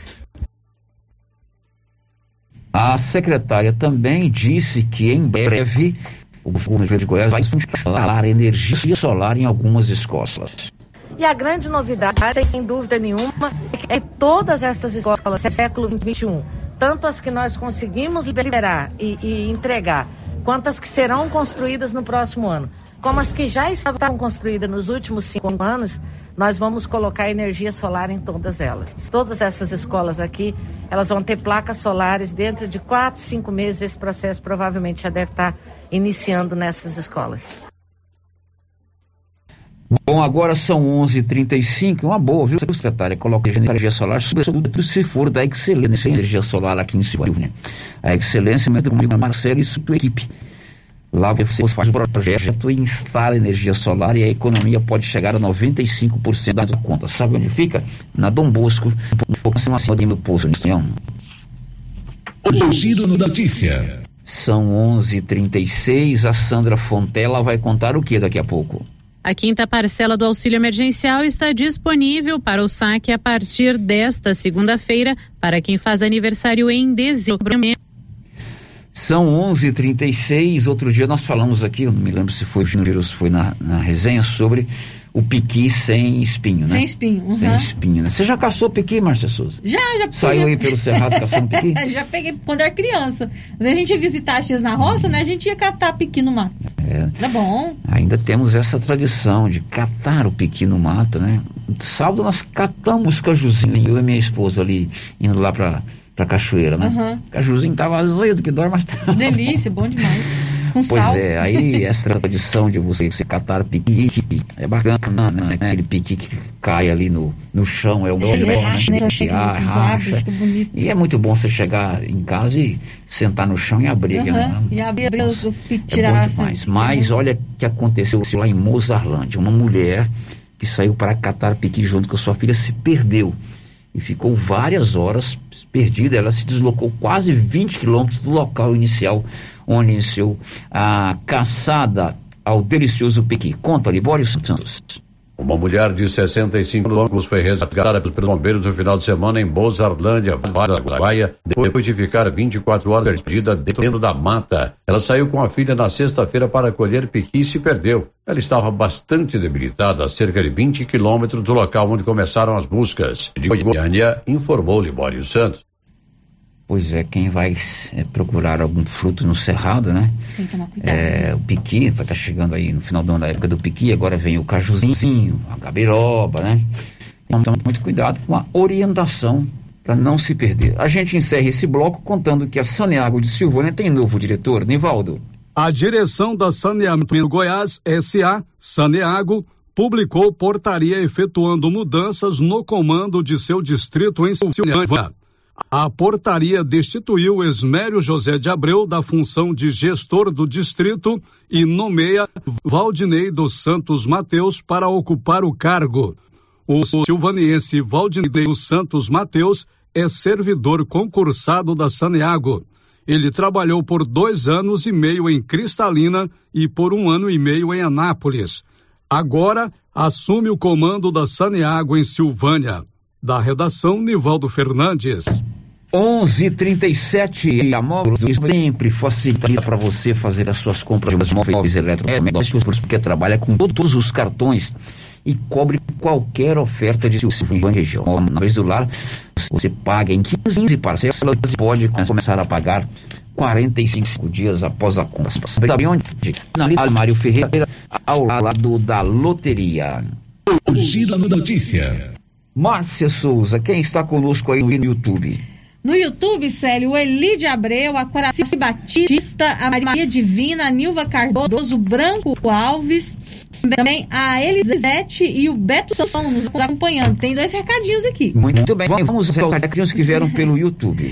A secretária também disse que em breve o governo de Goiás vai instalar energia solar em algumas escolas. E a grande novidade, sem dúvida nenhuma, é que todas estas escolas do século XXI, tanto as que nós conseguimos liberar e entregar, quanto as que serão construídas no próximo ano, como as que já estavam construídas nos últimos 5 anos, nós vamos colocar energia solar em todas elas. Todas essas escolas aqui, elas vão ter placas solares dentro de 4, 5 meses. Esse processo provavelmente já deve estar iniciando nessas escolas. Bom, agora são 11h35, uma boa, viu, secretária? Coloca energia solar, sobretudo se for da Excelência Energia Solar aqui em Silvânia. A Excelência, mesmo comigo, Marcelo e sua equipe. Lá você faz o projeto e instala energia solar e a economia pode chegar a 95% da conta. Sabe onde fica? Na Dom Bosco, um pouco acima do posto. O Giro no Notícia. São 11h36, a Sandra Fontela vai contar o que daqui a pouco? A 5ª parcela do auxílio emergencial está disponível para o saque a partir desta segunda-feira para quem faz aniversário em dezembro. São 11h36, outro dia nós falamos aqui, eu não me lembro se foi no Giro, se foi na resenha, sobre o piqui sem espinho, né? Sem espinho, uhum. Sem espinho, né? Você já caçou piqui, Márcia Souza? Já Saiu aí pelo cerrado caçando piqui? Já peguei quando era criança. Quando a gente ia visitar as tias na roça, né? A gente ia catar piqui no mato. Era bom. Ainda temos essa tradição de catar o piqui no mato, né? Sábado nós catamos cajuzinho, eu e minha esposa ali, indo lá pra cachoeira, né? Uhum. Cajuzinho tava azedo, que dói, mas tá. Delícia, bom demais. Com pois sal. É, aí essa tradição de você catar piqui é bacana, né? Aquele piqui que cai ali no chão, é o melhor, né? Racha. E é muito bom você chegar em casa e sentar no chão e abrir. Uhum. Né? E abrir Nossa, tirar. É bom demais. Mas olha o que aconteceu lá em Mozarlândia. Uma mulher que saiu para catar piqui junto com a sua filha se perdeu. E ficou várias horas perdida. Ela se deslocou quase 20 quilômetros do local inicial, onde iniciou a caçada ao delicioso piqui. Conta, Libório Santos. Uma mulher de 65 anos foi resgatada pelos bombeiros no final de semana em Mozarlândia, Paraguaia, depois de ficar 24 horas perdida dentro da mata. Ela saiu com a filha na sexta-feira para colher piqui e se perdeu. Ela estava bastante debilitada, a cerca de 20 quilômetros do local onde começaram as buscas. De Goiânia, informou Libório Santos. Pois é, quem vai procurar algum fruto no cerrado, né? Tem que tomar cuidado. O piqui, vai estar chegando aí no final do ano da época do piqui, agora vem o cajuzinho, a gabiroba, né? Então, muito cuidado com a orientação para não se perder. A gente encerra esse bloco contando que a Saneago de Silvânia tem novo diretor, Nivaldo. A direção da Saneamento Goiás, S.A., Saneago, publicou portaria efetuando mudanças no comando de seu distrito em Silvânia. A portaria destituiu Esmério José de Abreu da função de gestor do distrito e nomeia Valdinei dos Santos Mateus para ocupar o cargo. O silvaniense Valdinei dos Santos Mateus é servidor concursado da Saneago. Ele trabalhou por 2 anos e meio em Cristalina e por 1 ano e meio em Anápolis. Agora assume o comando da Saneago em Silvânia. Da redação, Nivaldo Fernandes. 11h37, a Móveis sempre facilita para você fazer as suas compras de móveis eletrodomésticos, porque trabalha com todos os cartões e cobre qualquer oferta de Silvânia região. Na vez do lar, você paga em 15 parcelas e pode começar a pagar 45 dias após a compra. Sabe onde? Na Mário Ferreira, ao lado da loteria. O Giro no Notícia. Márcia Souza, quem está conosco aí no YouTube? No YouTube, Célio, o Eli de Abreu, a Coraci Batista, a Maria Divina, a Nilva Cardoso, o Branco Alves, também a Elisete e o Beto São nos acompanhando. Tem 2 recadinhos aqui. Muito bem, vamos aos recadinhos que vieram pelo YouTube.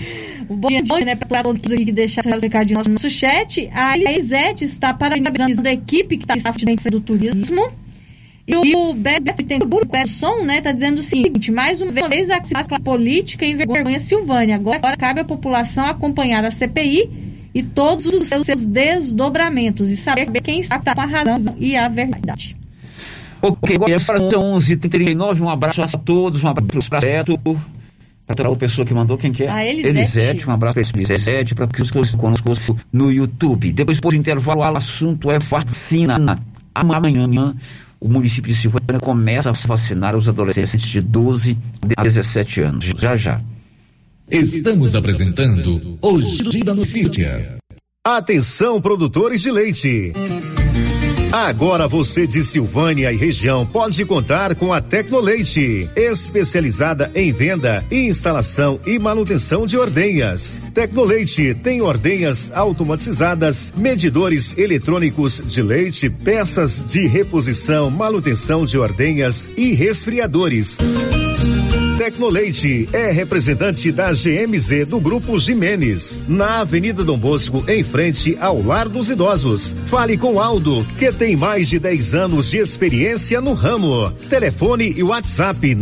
Um bom dia, né, para todos aqui que deixaram o recadinho no nosso chat. A Elisete está parabenizando a equipe que está em frente do turismo. E o Beto Berson, né, está dizendo o seguinte: mais uma vez a política envergonha Silvânia. Agora cabe à população acompanhar a CPI e todos os seus desdobramentos e saber quem está com a razão e a verdade. Ok, agora são 11h39, um abraço a todos, um abraço para Beto, para a pessoa que mandou, quem que é? A Elisete. Um abraço para Elisete, para que vocês conosco no YouTube. Depois do intervalo, o assunto é vacina. Amanhã, o município de Silvânia começa a vacinar os adolescentes de 12 a 17 anos. Já. Estamos apresentando o Giro da Notícia. Atenção, produtores de leite. Agora você de Silvânia e região pode contar com a Tecnoleite, especializada em venda, instalação e manutenção de ordenhas. Tecnoleite tem ordenhas automatizadas, medidores eletrônicos de leite, peças de reposição, manutenção de ordenhas e resfriadores. Tecnoleite é representante da GMZ do Grupo Jimenez, na Avenida Dom Bosco, em frente ao Lar dos Idosos. Fale com Aldo, que tem mais de 10 anos de experiência no ramo. Telefone e WhatsApp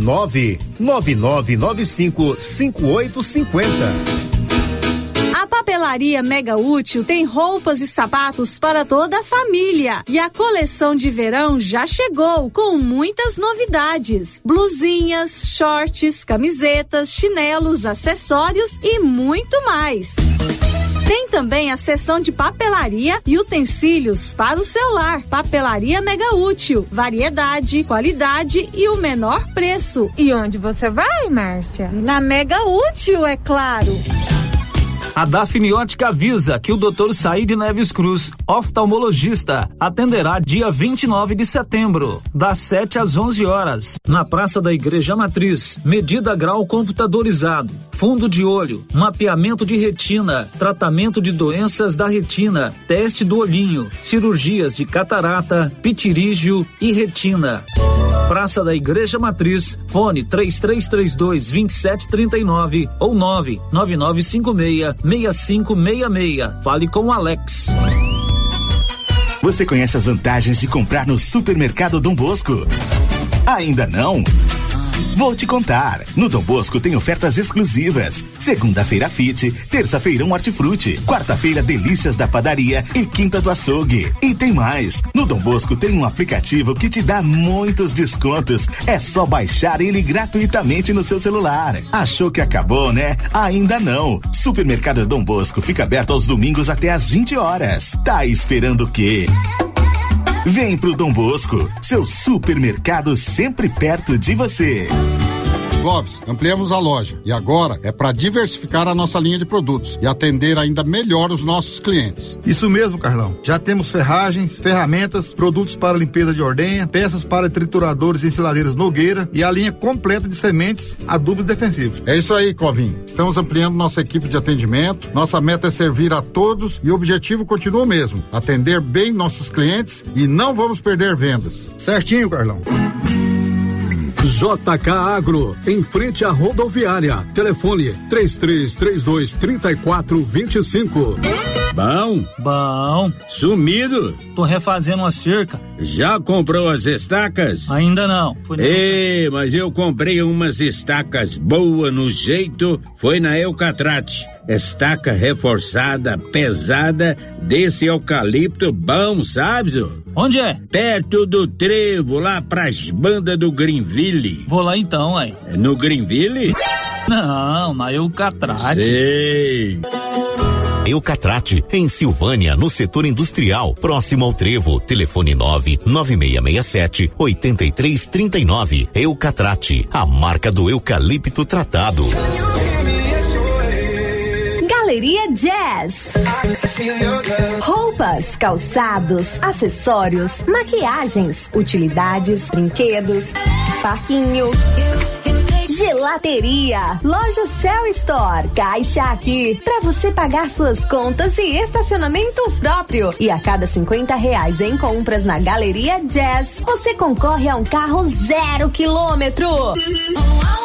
999955850. A Papelaria Mega Útil tem roupas e sapatos para toda a família. E a coleção de verão já chegou com muitas novidades: blusinhas, shorts, camisetas, chinelos, acessórios e muito mais. Tem também a seção de papelaria e utensílios para o celular. Papelaria Mega Útil. Variedade, qualidade e o menor preço. E onde você vai, Márcia? Na Mega Útil, é claro. A Dafne Ótica avisa que o Dr. Saíde Neves Cruz, oftalmologista, atenderá dia 29 de setembro, das 7 às 11 horas, na Praça da Igreja Matriz. Medida grau computadorizado, fundo de olho, mapeamento de retina, tratamento de doenças da retina, teste do olhinho, cirurgias de catarata, pitirígio e retina. Praça da Igreja Matriz, fone 3332-2739 ou 99956-6566. Fale com o Alex. Você conhece as vantagens de comprar no Supermercado Dom Bosco? Ainda não? Vou te contar. No Dom Bosco tem ofertas exclusivas. Segunda-feira Fit, terça-feira Hortifruti, quarta-feira Delícias da Padaria e quinta do Açougue. E tem mais. No Dom Bosco tem um aplicativo que te dá muitos descontos. É só baixar ele gratuitamente no seu celular. Achou que acabou, né? Ainda não. Supermercado Dom Bosco fica aberto aos domingos até às 20 horas. Tá esperando o quê? Vem pro Dom Bosco, seu supermercado sempre perto de você. Clóvis, ampliamos a loja e agora é para diversificar a nossa linha de produtos e atender ainda melhor os nossos clientes. Isso mesmo, Carlão. Já temos ferragens, ferramentas, produtos para limpeza de ordenha, peças para trituradores e ensiladeiras Nogueira e a linha completa de sementes, adubos defensivos. É isso aí, Clovinho. Estamos ampliando nossa equipe de atendimento. Nossa meta é servir a todos e o objetivo continua o mesmo: atender bem nossos clientes e não vamos perder vendas. Certinho, Carlão. JK Agro, em frente à rodoviária. Telefone 3332-3425. Bom. Sumido? Tô refazendo uma cerca. Já comprou as estacas? Ainda não. Mas eu comprei umas estacas boas no jeito, foi na Eucatrate. Estaca reforçada, pesada, desse eucalipto bom, sabe? Onde é? Perto do trevo, lá pras bandas do Greenville. Vou lá então, aí. No Greenville? Não, na Eucatrate. Sei. Eucatrate, em Silvânia, no setor industrial, próximo ao trevo. Telefone 99667-8339. Eucatrate, a marca do eucalipto tratado. Galeria Jazz. Roupas, calçados, acessórios, maquiagens, utilidades, brinquedos, parquinho, gelateria, loja Cell Store, caixa aqui, pra você pagar suas contas e estacionamento próprio. E a cada R$50 em compras na Galeria Jazz, você concorre a um carro 0 km.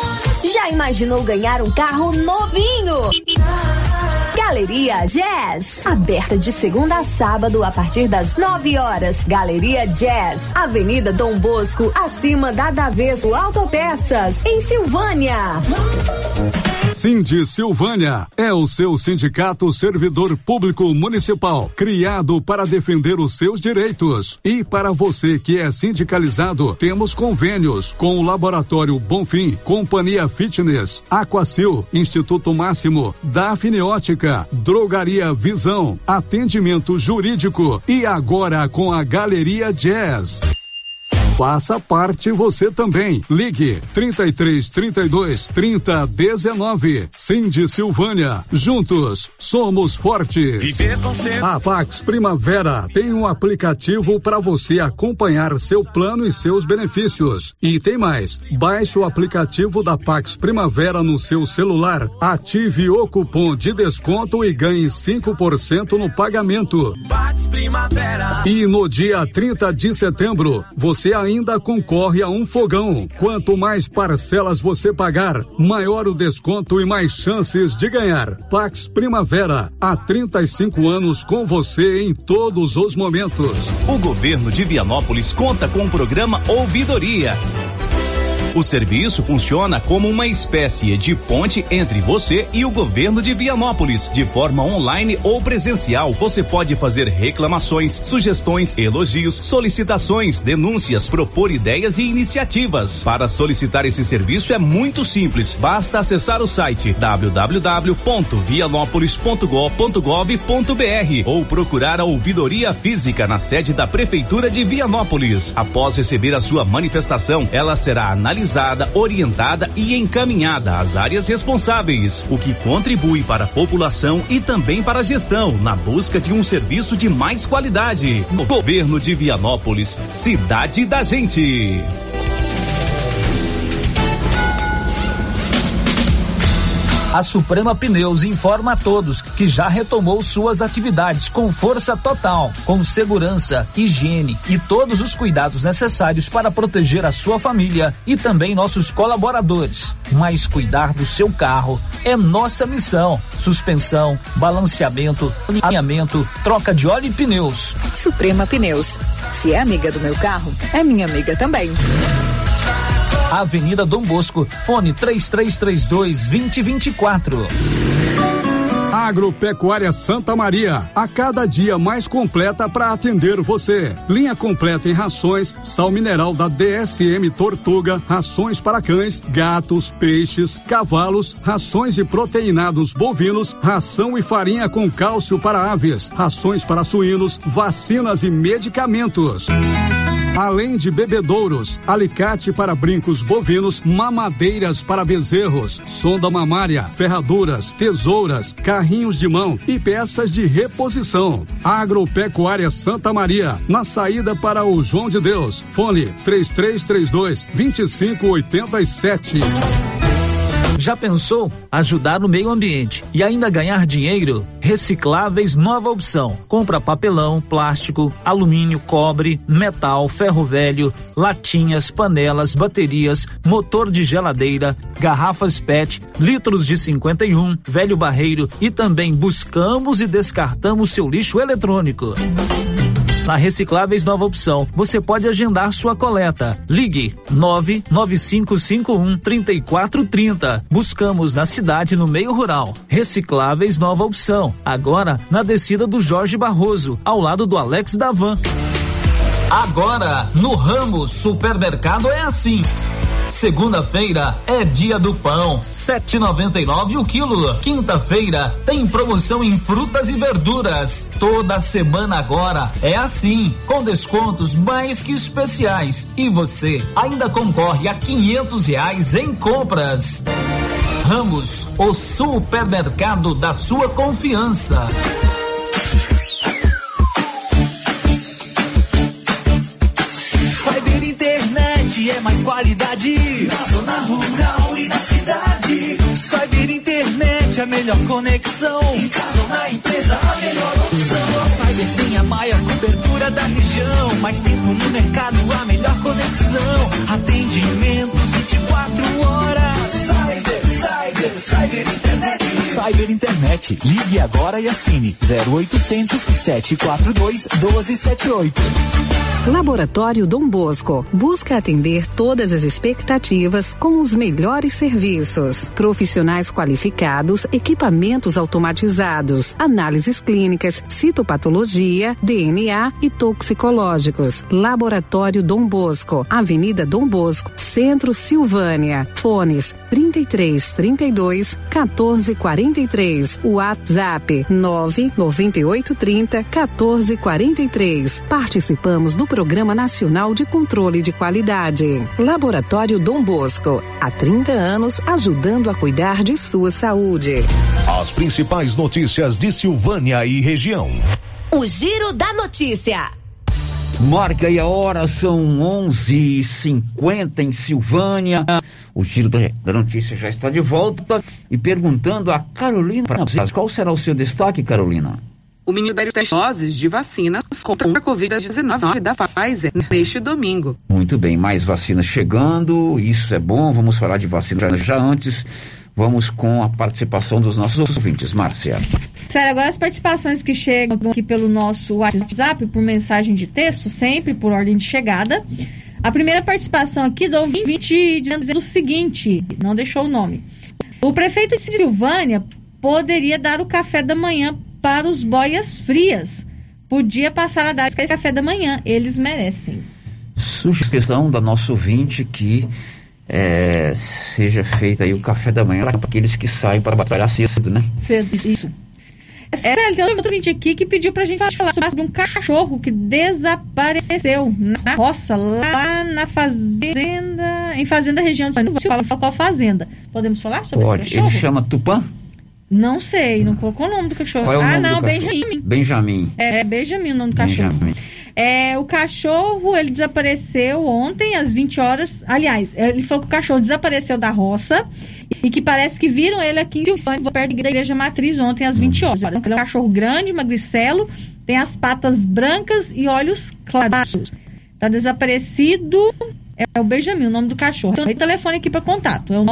Já imaginou ganhar um carro novinho? Galeria Jazz, aberta de segunda a sábado a partir das 9 horas. Galeria Jazz, Avenida Dom Bosco, acima da Daveso Autopeças, em Silvânia. Sindi Silvânia é o seu sindicato servidor público municipal, criado para defender os seus direitos. E para você que é sindicalizado, temos convênios com o Laboratório Bonfim, Companhia Fitness, Aquacil, Instituto Máximo, Dafne Ótica, Drogaria Visão, atendimento jurídico e agora com a Galeria Jazz. Faça parte você também. Ligue 33 32 30 19. Sindi Silvânia. Juntos somos fortes. A Pax Primavera tem um aplicativo para você acompanhar seu plano e seus benefícios. E tem mais. Baixe o aplicativo da Pax Primavera no seu celular. Ative o cupom de desconto e ganhe 5% no pagamento. E no dia 30 de setembro, você ainda concorre a um fogão. Quanto mais parcelas você pagar, maior o desconto e mais chances de ganhar. Pax Primavera, há 35 anos com você em todos os momentos. O governo de Vianópolis conta com o programa Ouvidoria. O serviço funciona como uma espécie de ponte entre você e o governo de Vianópolis. De forma online ou presencial, você pode fazer reclamações, sugestões, elogios, solicitações, denúncias, propor ideias e iniciativas. Para solicitar esse serviço é muito simples. Basta acessar o site www.vianopolis.gov.br ou procurar a ouvidoria física na sede da Prefeitura de Vianópolis. Após receber a sua manifestação, ela será analisada, orientada e encaminhada às áreas responsáveis, o que contribui para a população e também para a gestão, na busca de um serviço de mais qualidade. Governo de Vianópolis, cidade da gente. A Suprema Pneus informa a todos que já retomou suas atividades com força total, com segurança, higiene e todos os cuidados necessários para proteger a sua família e também nossos colaboradores. Mas cuidar do seu carro é nossa missão. Suspensão, balanceamento, alinhamento, troca de óleo e pneus. Suprema Pneus. Se é amiga do meu carro, é minha amiga também. Avenida Dom Bosco, fone 3332-2024. Agropecuária Santa Maria, a cada dia mais completa para atender você. Linha completa em rações, sal mineral da DSM Tortuga, rações para cães, gatos, peixes, cavalos, rações de proteinados bovinos, ração e farinha com cálcio para aves, rações para suínos, vacinas e medicamentos. Além de bebedouros, alicate para brincos bovinos, mamadeiras para bezerros, sonda mamária, ferraduras, tesouras, carrinhos de mão e peças de reposição. Agropecuária Santa Maria, na saída para o João de Deus. Fone 3332-2587. Já pensou ajudar o meio ambiente e ainda ganhar dinheiro? Recicláveis Nova Opção. Compra papelão, plástico, alumínio, cobre, metal, ferro velho, latinhas, panelas, baterias, motor de geladeira, garrafas PET, litros de 51, velho barreiro e também buscamos e descartamos seu lixo eletrônico. Na Recicláveis Nova Opção, você pode agendar sua coleta. Ligue 99551-3430. Buscamos na cidade, no meio rural. Recicláveis Nova Opção. Agora, na descida do Jorge Barroso, ao lado do Alex Davan. Agora, no Ramos Supermercado é assim. Segunda-feira é dia do pão, 7,99 o quilo. Quinta-feira tem promoção em frutas e verduras. Toda semana agora é assim, com descontos mais que especiais. E você ainda concorre a R$500 em compras. Ramos, o supermercado da sua confiança. É mais qualidade na zona rural e na cidade. Cyber Internet, a melhor conexão. Em casa ou na empresa, a melhor opção. A Cyber tem a maior cobertura da região. Mais tempo no mercado, a melhor conexão. Atendimento 24 horas. Cyber Cyber Internet. Ligue agora e assine 0800 742 1278. Laboratório Dom Bosco busca atender todas as expectativas com os melhores serviços, profissionais qualificados, equipamentos automatizados, análises clínicas, citopatologia, DNA e toxicológicos. Laboratório Dom Bosco, Avenida Dom Bosco, Centro, Silvânia. Fones 3332 1443. WhatsApp 99830 1443. Participamos do Programa Nacional de Controle de Qualidade. Laboratório Dom Bosco, há 30 anos ajudando a cuidar de sua saúde. As principais notícias de Silvânia e região. O Giro da Notícia. Marca aí a hora, são 11h50 em Silvânia. O Giro da Notícia já está de volta e perguntando a Carolina, qual será o seu destaque, Carolina? O Ministério das doses de vacinas contra a Covid-19 da Pfizer neste domingo. Muito bem, mais vacinas chegando, isso é bom, vamos falar de vacina já antes. Vamos com a participação dos nossos ouvintes. Márcia. Sério, agora as participações que chegam aqui pelo nosso WhatsApp, por mensagem de texto, sempre por ordem de chegada. A primeira participação aqui do ouvinte dizendo o seguinte, não deixou o nome. O prefeito de Silvânia poderia dar o café da manhã para os boias frias. Podia passar a dar esse café da manhã, eles merecem. Sugestão da nossa ouvinte que seja feito aí o café da manhã para aqueles que saem para batalhar cedo, né? Cedo, isso. Tem outro ouvinte aqui que pediu pra gente falar sobre um cachorro que desapareceu na roça, lá na fazenda, em fazenda região de... Não vou falar qual fazenda. Podemos falar sobre esse cachorro? Ele chama Tupã? Não sei, não colocou o nome do cachorro. Qual é o nome do Benjamin. Benjamin. Benjamin o nome do cachorro. O cachorro, ele desapareceu ontem às 20 horas. Aliás, ele falou que o cachorro desapareceu da roça e que parece que viram ele aqui em Silvânia, perto da igreja matriz, ontem às 20 horas. Ele é um cachorro grande, magricelo, tem as patas brancas e olhos claros. Está desaparecido. É o Benjamin, o nome do cachorro. Tem telefone aqui para contato. É o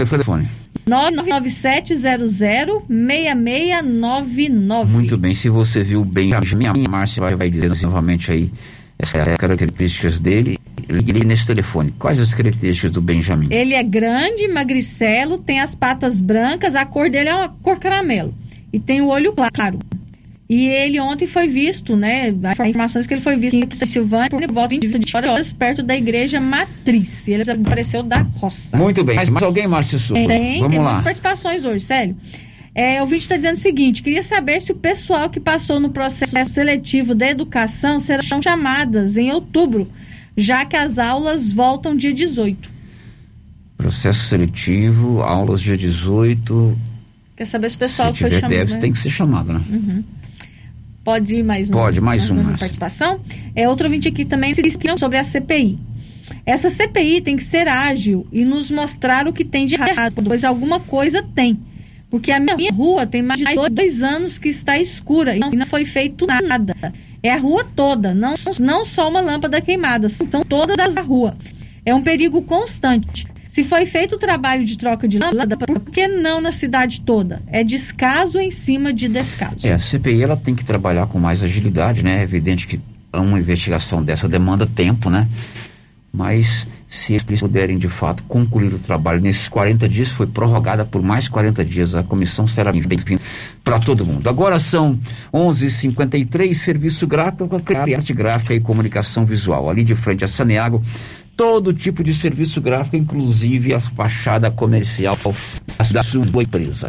997006699. Muito bem, se você viu bem, a Márcia vai dizendo novamente aí as características dele. Ligue nesse telefone. Quais as características do Benjamin? Ele é grande, magricelo, tem as patas brancas, a cor dele é uma cor caramelo e tem o olho claro. E ele ontem foi visto, né? As informações que ele foi visto em Silvânia por volta de 20 horas perto da igreja matriz. E ele apareceu da roça. Muito bem. Mais alguém, Márcio Souza? Tem muitas participações hoje, sério. O vídeo está dizendo o seguinte: queria saber se o pessoal que passou no processo seletivo da educação serão chamadas em outubro, já que as aulas voltam dia 18. Processo seletivo, aulas dia 18. Quer saber se o pessoal que foi chamado? Tem que ser chamado, né? Uhum. Pode ir mais uma? Pode, mais uma. Participação. Outro ouvinte aqui também se diz sobre a CPI. Essa CPI tem que ser ágil e nos mostrar o que tem de errado, pois alguma coisa tem. Porque a minha rua tem mais de 2 anos que está escura e não foi feito nada. É a rua toda, não só uma lâmpada queimada, são todas da rua. É um perigo constante. Se foi feito o trabalho de troca de lâmpada, por que não na cidade toda? É descaso em cima de descaso. A CPI ela tem que trabalhar com mais agilidade, né? É evidente que uma investigação dessa demanda tempo, né? Mas se eles puderem de fato concluir o trabalho nesses 40 dias, foi prorrogada por mais 40 dias, a comissão será bem-vinda para todo mundo. Agora são 11h53, serviço gráfico, arte gráfica e comunicação visual. Ali de frente a Saneago, todo tipo de serviço gráfico, inclusive a fachada comercial da sua empresa.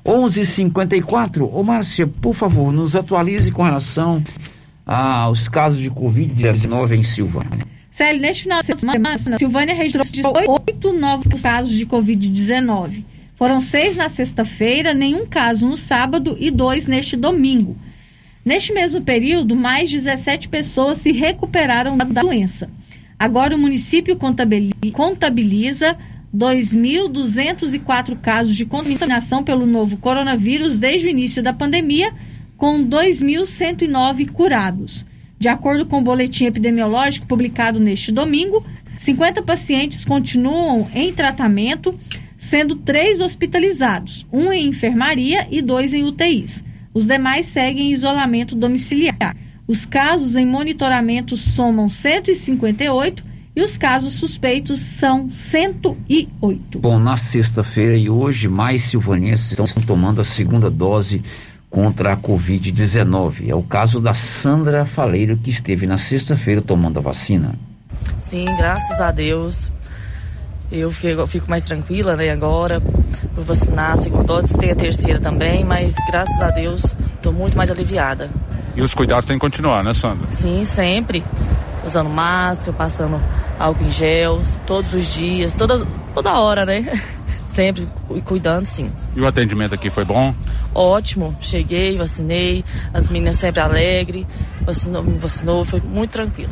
11h54, Márcia, por favor, nos atualize com relação aos casos de Covid-19 em Silvânia. Célio, neste final de semana, Silvânia registrou 8 novos casos de Covid-19. Foram 6 na sexta-feira, nenhum caso no sábado e 2 neste domingo. Neste mesmo período, mais 17 pessoas se recuperaram da doença. Agora o município contabiliza 2.204 casos de contaminação pelo novo coronavírus desde o início da pandemia, com 2.109 curados. De acordo com o boletim epidemiológico publicado neste domingo, 50 pacientes continuam em tratamento, sendo 3 hospitalizados, 1 em enfermaria e 2 em UTIs. Os demais seguem em isolamento domiciliar. Os casos em monitoramento somam 158 e os casos suspeitos são 108. Bom, na sexta-feira e hoje, mais silvanenses estão tomando a segunda dose contra a Covid-19. É o caso da Sandra Faleiro, que esteve na sexta-feira tomando a vacina. Sim, graças a Deus. Eu fico mais tranquila, né, agora, por vacinar a segunda dose, tem a terceira também, mas graças a Deus estou muito mais aliviada. E os cuidados têm que continuar, né, Sandra? Sim, sempre. Usando máscara, passando álcool em gel, todos os dias, toda hora, né? Sempre cuidando, sim. E o atendimento aqui foi bom? Ótimo. Cheguei, vacinei, as meninas sempre alegres, me vacinou, foi muito tranquilo.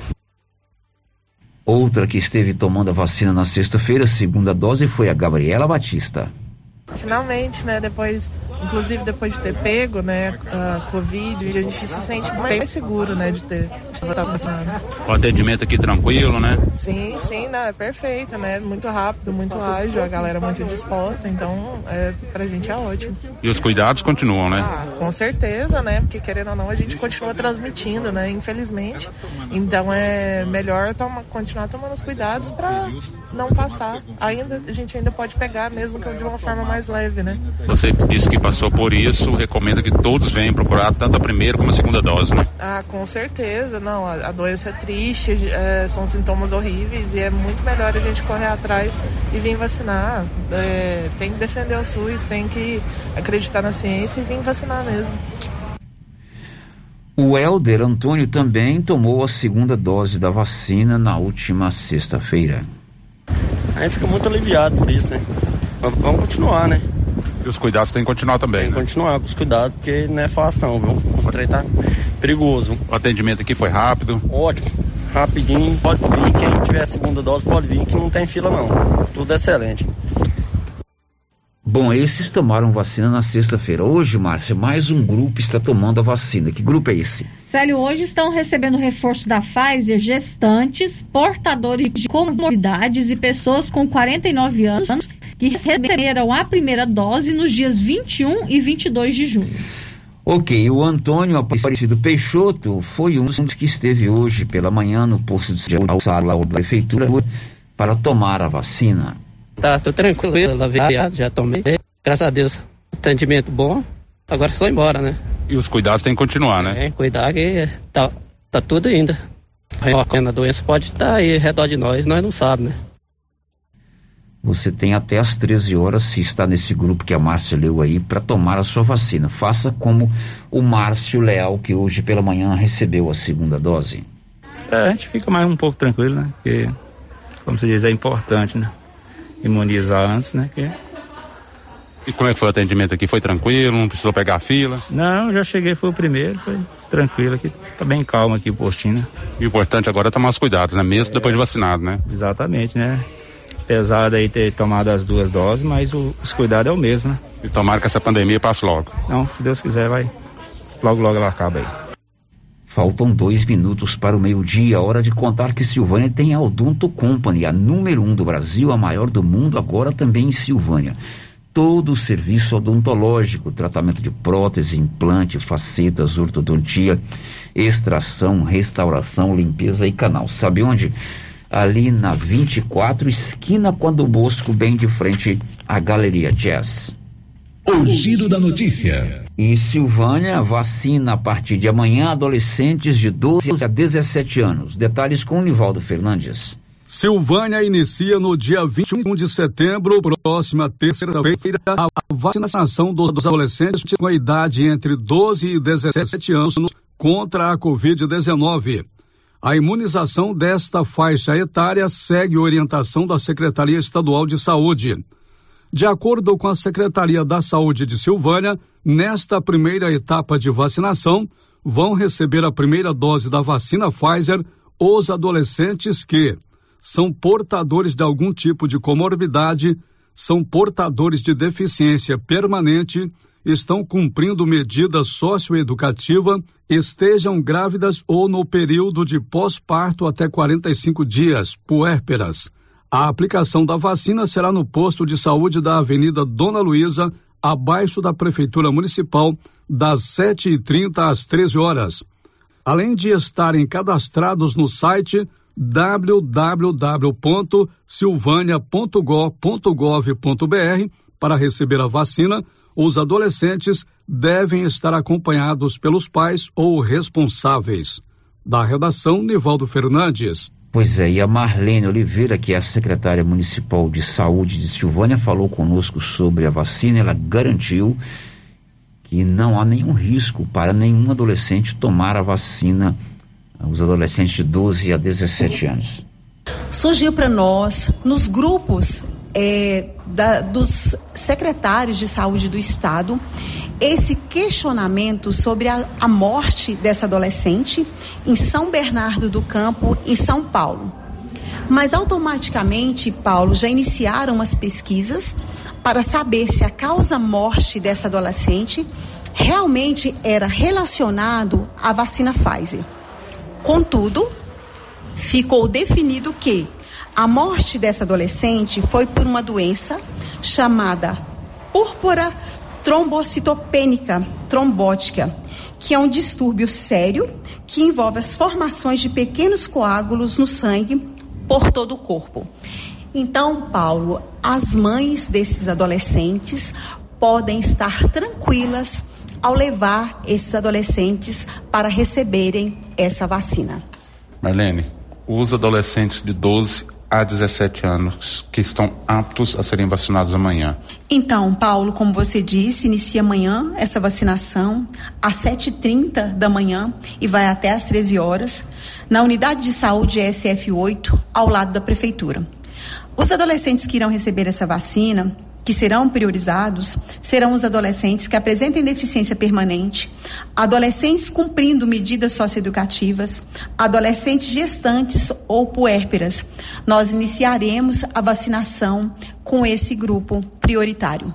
Outra que esteve tomando a vacina na sexta-feira, segunda dose, foi a Gabriela Batista. Finalmente, né, inclusive depois de ter pego, né, a Covid, a gente se sente bem mais seguro, né, de estar vacinado. O atendimento aqui tranquilo, né? Sim, não, é perfeito, né, muito rápido, muito ágil, a galera muito disposta, então, pra gente é ótimo. E os cuidados continuam, né? Com certeza, né, porque querendo ou não, a gente continua transmitindo, né, infelizmente, então é melhor continuar tomando os cuidados pra não passar. A gente ainda pode pegar, mesmo que de uma forma mais leve, né? Você disse que passou por isso, recomenda que todos venham procurar tanto a primeira como a segunda dose, né? Com certeza, não, a doença é triste, são sintomas horríveis e é muito melhor a gente correr atrás e vir vacinar. Tem que defender o SUS, tem que acreditar na ciência e vir vacinar mesmo. O Helder Antônio também tomou a segunda dose da vacina na última sexta-feira. A gente fica muito aliviado por isso, né? Vamos continuar, né? E os cuidados têm que continuar também, tem que continuar com os cuidados, porque não é fácil não, viu? O trem tá perigoso. O atendimento aqui foi rápido? Ótimo, rapidinho, pode vir, quem tiver a segunda dose pode vir, que não tem fila não, tudo excelente. Bom, esses tomaram vacina na sexta-feira. Hoje, Márcia, mais um grupo está tomando a vacina. Que grupo é esse? Célio, hoje estão recebendo reforço da Pfizer gestantes, portadores de comorbidades e pessoas com 49 anos que receberam a primeira dose nos dias 21 e 22 de junho. Ok, o Antônio Aparecido Peixoto foi um dos que esteve hoje pela manhã no posto de saúde da prefeitura para tomar a vacina. Tá, tô tranquilo, já tomei. Graças a Deus, atendimento bom. Agora é só ir embora, né? E os cuidados têm que continuar, né? Cuidar que tá tudo ainda. A doença pode estar aí ao redor de nós não sabemos, né? Você tem até às 13 horas, se está nesse grupo que a Márcia leu aí, para tomar a sua vacina. Faça como o Márcio Leal, que hoje pela manhã recebeu a segunda dose. A gente fica mais um pouco tranquilo, né? Porque, como você diz, é importante, né? Imunizar antes, né? E como é que foi o atendimento aqui? Foi tranquilo? Não precisou pegar a fila? Não, já cheguei, foi o primeiro, foi tranquilo aqui. Tá bem calmo aqui o postinho, né? E o importante agora é tomar os cuidados, né? Mesmo depois de vacinado, né? Exatamente, né? Apesar daí ter tomado as 2 doses, mas os cuidados é o mesmo, né? E tomara que essa pandemia passe logo. Não, se Deus quiser, vai. Logo ela acaba aí. Faltam 2 minutos para o meio-dia, hora de contar que Silvânia tem a Odonto Company, a número 1 do Brasil, a maior do mundo, agora também em Silvânia. Todo o serviço odontológico, tratamento de prótese, implante, facetas, ortodontia, extração, restauração, limpeza e canal. Sabe onde? Ali na 24, esquina com a do Bosco, bem de frente à Galeria Jazz. O giro da notícia. E Silvânia vacina a partir de amanhã adolescentes de 12 a 17 anos. Detalhes com o Nivaldo Fernandes. Silvânia inicia no dia 21 de setembro, próxima terça-feira, a vacinação dos adolescentes com a idade entre 12 e 17 anos contra a Covid-19. A imunização desta faixa etária segue orientação da Secretaria Estadual de Saúde. De acordo com a Secretaria da Saúde de Silvânia, nesta primeira etapa de vacinação, vão receber a primeira dose da vacina Pfizer os adolescentes que são portadores de algum tipo de comorbidade, são portadores de deficiência permanente, estão cumprindo medida socioeducativa, estejam grávidas ou no período de pós-parto até 45 dias, puérperas. A aplicação da vacina será no posto de saúde da Avenida Dona Luísa, abaixo da Prefeitura Municipal, das 7h30 às 13 horas. Além de estarem cadastrados no site www.silvania.gov.br para receber a vacina, os adolescentes devem estar acompanhados pelos pais ou responsáveis. Da redação, Nivaldo Fernandes. Pois é, e a Marlene Oliveira, que é a secretária municipal de saúde de Silvânia, falou conosco sobre a vacina. Ela garantiu que não há nenhum risco para nenhum adolescente tomar a vacina, os adolescentes de 12 a 17 anos. Surgiu para nós, nos grupos dos secretários de saúde do estado, esse questionamento sobre a morte dessa adolescente em São Bernardo do Campo, em São Paulo. Mas automaticamente, Paulo, já iniciaram as pesquisas para saber se a causa-morte dessa adolescente realmente era relacionado à vacina Pfizer. Contudo, ficou definido que a morte dessa adolescente foi por uma doença chamada púrpura trombocitopênica trombótica, que é um distúrbio sério que envolve as formações de pequenos coágulos no sangue por todo o corpo. Então, Paulo, as mães desses adolescentes podem estar tranquilas ao levar esses adolescentes para receberem essa vacina. Marlene, os adolescentes de 12 a 17 anos que estão aptos a serem vacinados amanhã. Então, Paulo, como você disse, inicia amanhã essa vacinação às 7h30 da manhã e vai até às 13 horas na unidade de saúde SF8, ao lado da prefeitura. Os adolescentes que irão receber essa vacina, que serão priorizados, serão os adolescentes que apresentem deficiência permanente, adolescentes cumprindo medidas socioeducativas, adolescentes gestantes ou puérperas. Nós iniciaremos a vacinação com esse grupo prioritário.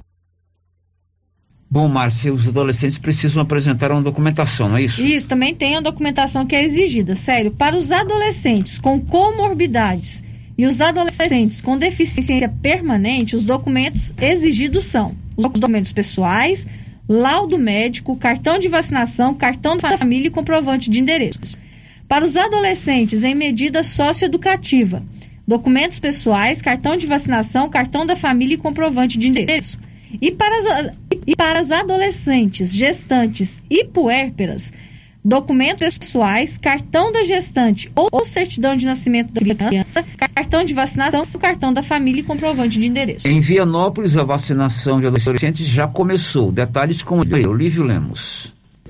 Bom, Márcia, os adolescentes precisam apresentar uma documentação, não é isso? Isso, também tem a documentação que é exigida, sério, para os adolescentes com comorbidades e os adolescentes com deficiência permanente, os documentos exigidos são os documentos pessoais, laudo médico, cartão de vacinação, cartão da família e comprovante de endereço. Para os adolescentes em medida socioeducativa, documentos pessoais, cartão de vacinação, cartão da família e comprovante de endereço. E para as adolescentes, gestantes e puérperas, documentos pessoais, cartão da gestante ou certidão de nascimento da criança, cartão de vacinação, cartão da família e comprovante de endereço. Em Vianópolis, a vacinação de adolescentes já começou. Detalhes com o Olívio Lemos.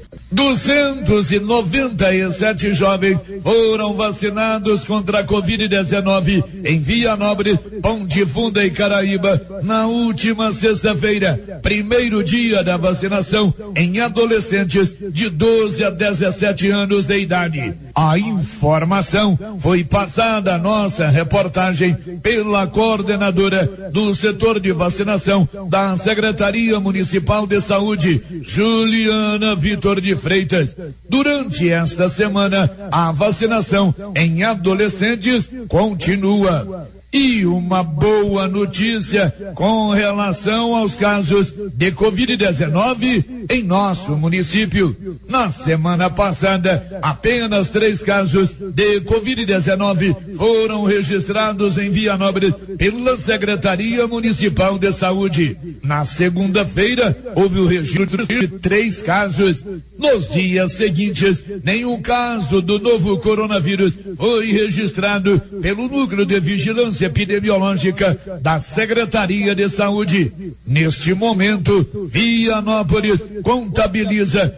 297 jovens foram vacinados contra a Covid-19 em Vianópolis, Pão de Funda e Caraíba na última sexta-feira, primeiro dia da vacinação em adolescentes de 12 a 17 anos de idade. A informação foi passada à nossa reportagem pela coordenadora do setor de vacinação da Secretaria Municipal de Saúde, Juliana Vitor de Freitas. Durante esta semana, a vacinação em adolescentes continua. E uma boa notícia com relação aos casos de Covid-19 em nosso município. Na semana passada, apenas 3 casos de Covid-19 foram registrados em Vianópolis pela Secretaria Municipal de Saúde. Na segunda-feira, houve o registro de 3 casos. Nos dias seguintes, nenhum caso do novo coronavírus foi registrado pelo Núcleo de Vigilância Epidemiológica da Secretaria de Saúde. Neste momento, Vianópolis contabiliza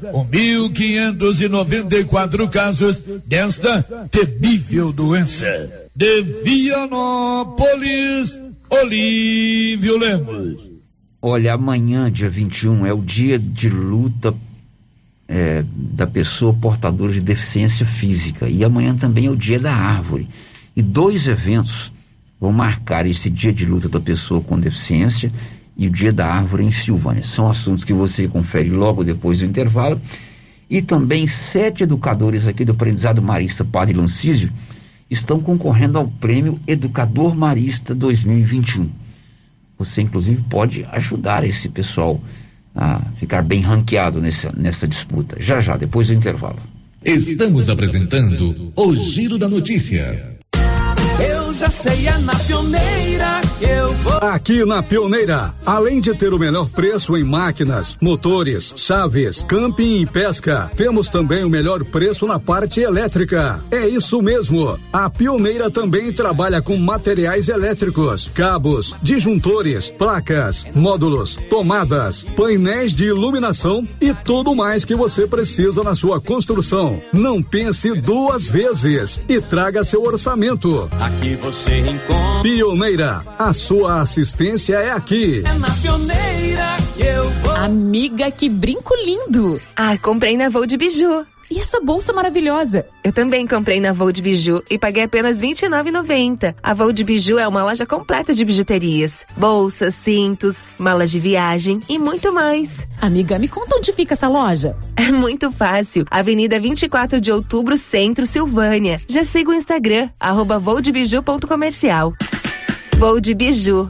1.594 casos desta temível doença. De Vianópolis, Olívio Lemos. Olha, amanhã, dia 21, é o dia de luta da pessoa portadora de deficiência física. E amanhã também é o dia da árvore. E 2 eventos vão marcar esse dia de luta da pessoa com deficiência e o dia da árvore em Silvânia. São assuntos que você confere logo depois do intervalo. E também 7 educadores aqui do Aprendizado Marista Padre Lancísio estão concorrendo ao Prêmio Educador Marista 2021. Você, inclusive, pode ajudar esse pessoal a ficar bem ranqueado nessa disputa. Já, depois do intervalo. Estamos apresentando o Giro da Notícia. Eu já sei, é na Pioneira que eu vou. Aqui na Pioneira, além de ter o melhor preço em máquinas, motores, chaves, camping e pesca, temos também o melhor preço na parte elétrica. É isso mesmo. A Pioneira também trabalha com materiais elétricos, cabos, disjuntores, placas, módulos, tomadas, painéis de iluminação e tudo mais que você precisa na sua construção. Não pense duas vezes e traga seu orçamento. Aqui você encontra Pioneira, a sua assistência é aqui. É na Pioneira que eu vou. Amiga, que brinco lindo! Ah, comprei na Vold Biju. E essa bolsa maravilhosa? Eu também comprei na Vold Biju e paguei apenas R$ 29,90. A Vold Biju é uma loja completa de bijuterias, bolsas, cintos, malas de viagem e muito mais. Amiga, me conta onde fica essa loja? É muito fácil. Avenida 24 de Outubro, Centro, Silvânia. Já siga o Instagram, @voldbiju.comercial. Vold Biju,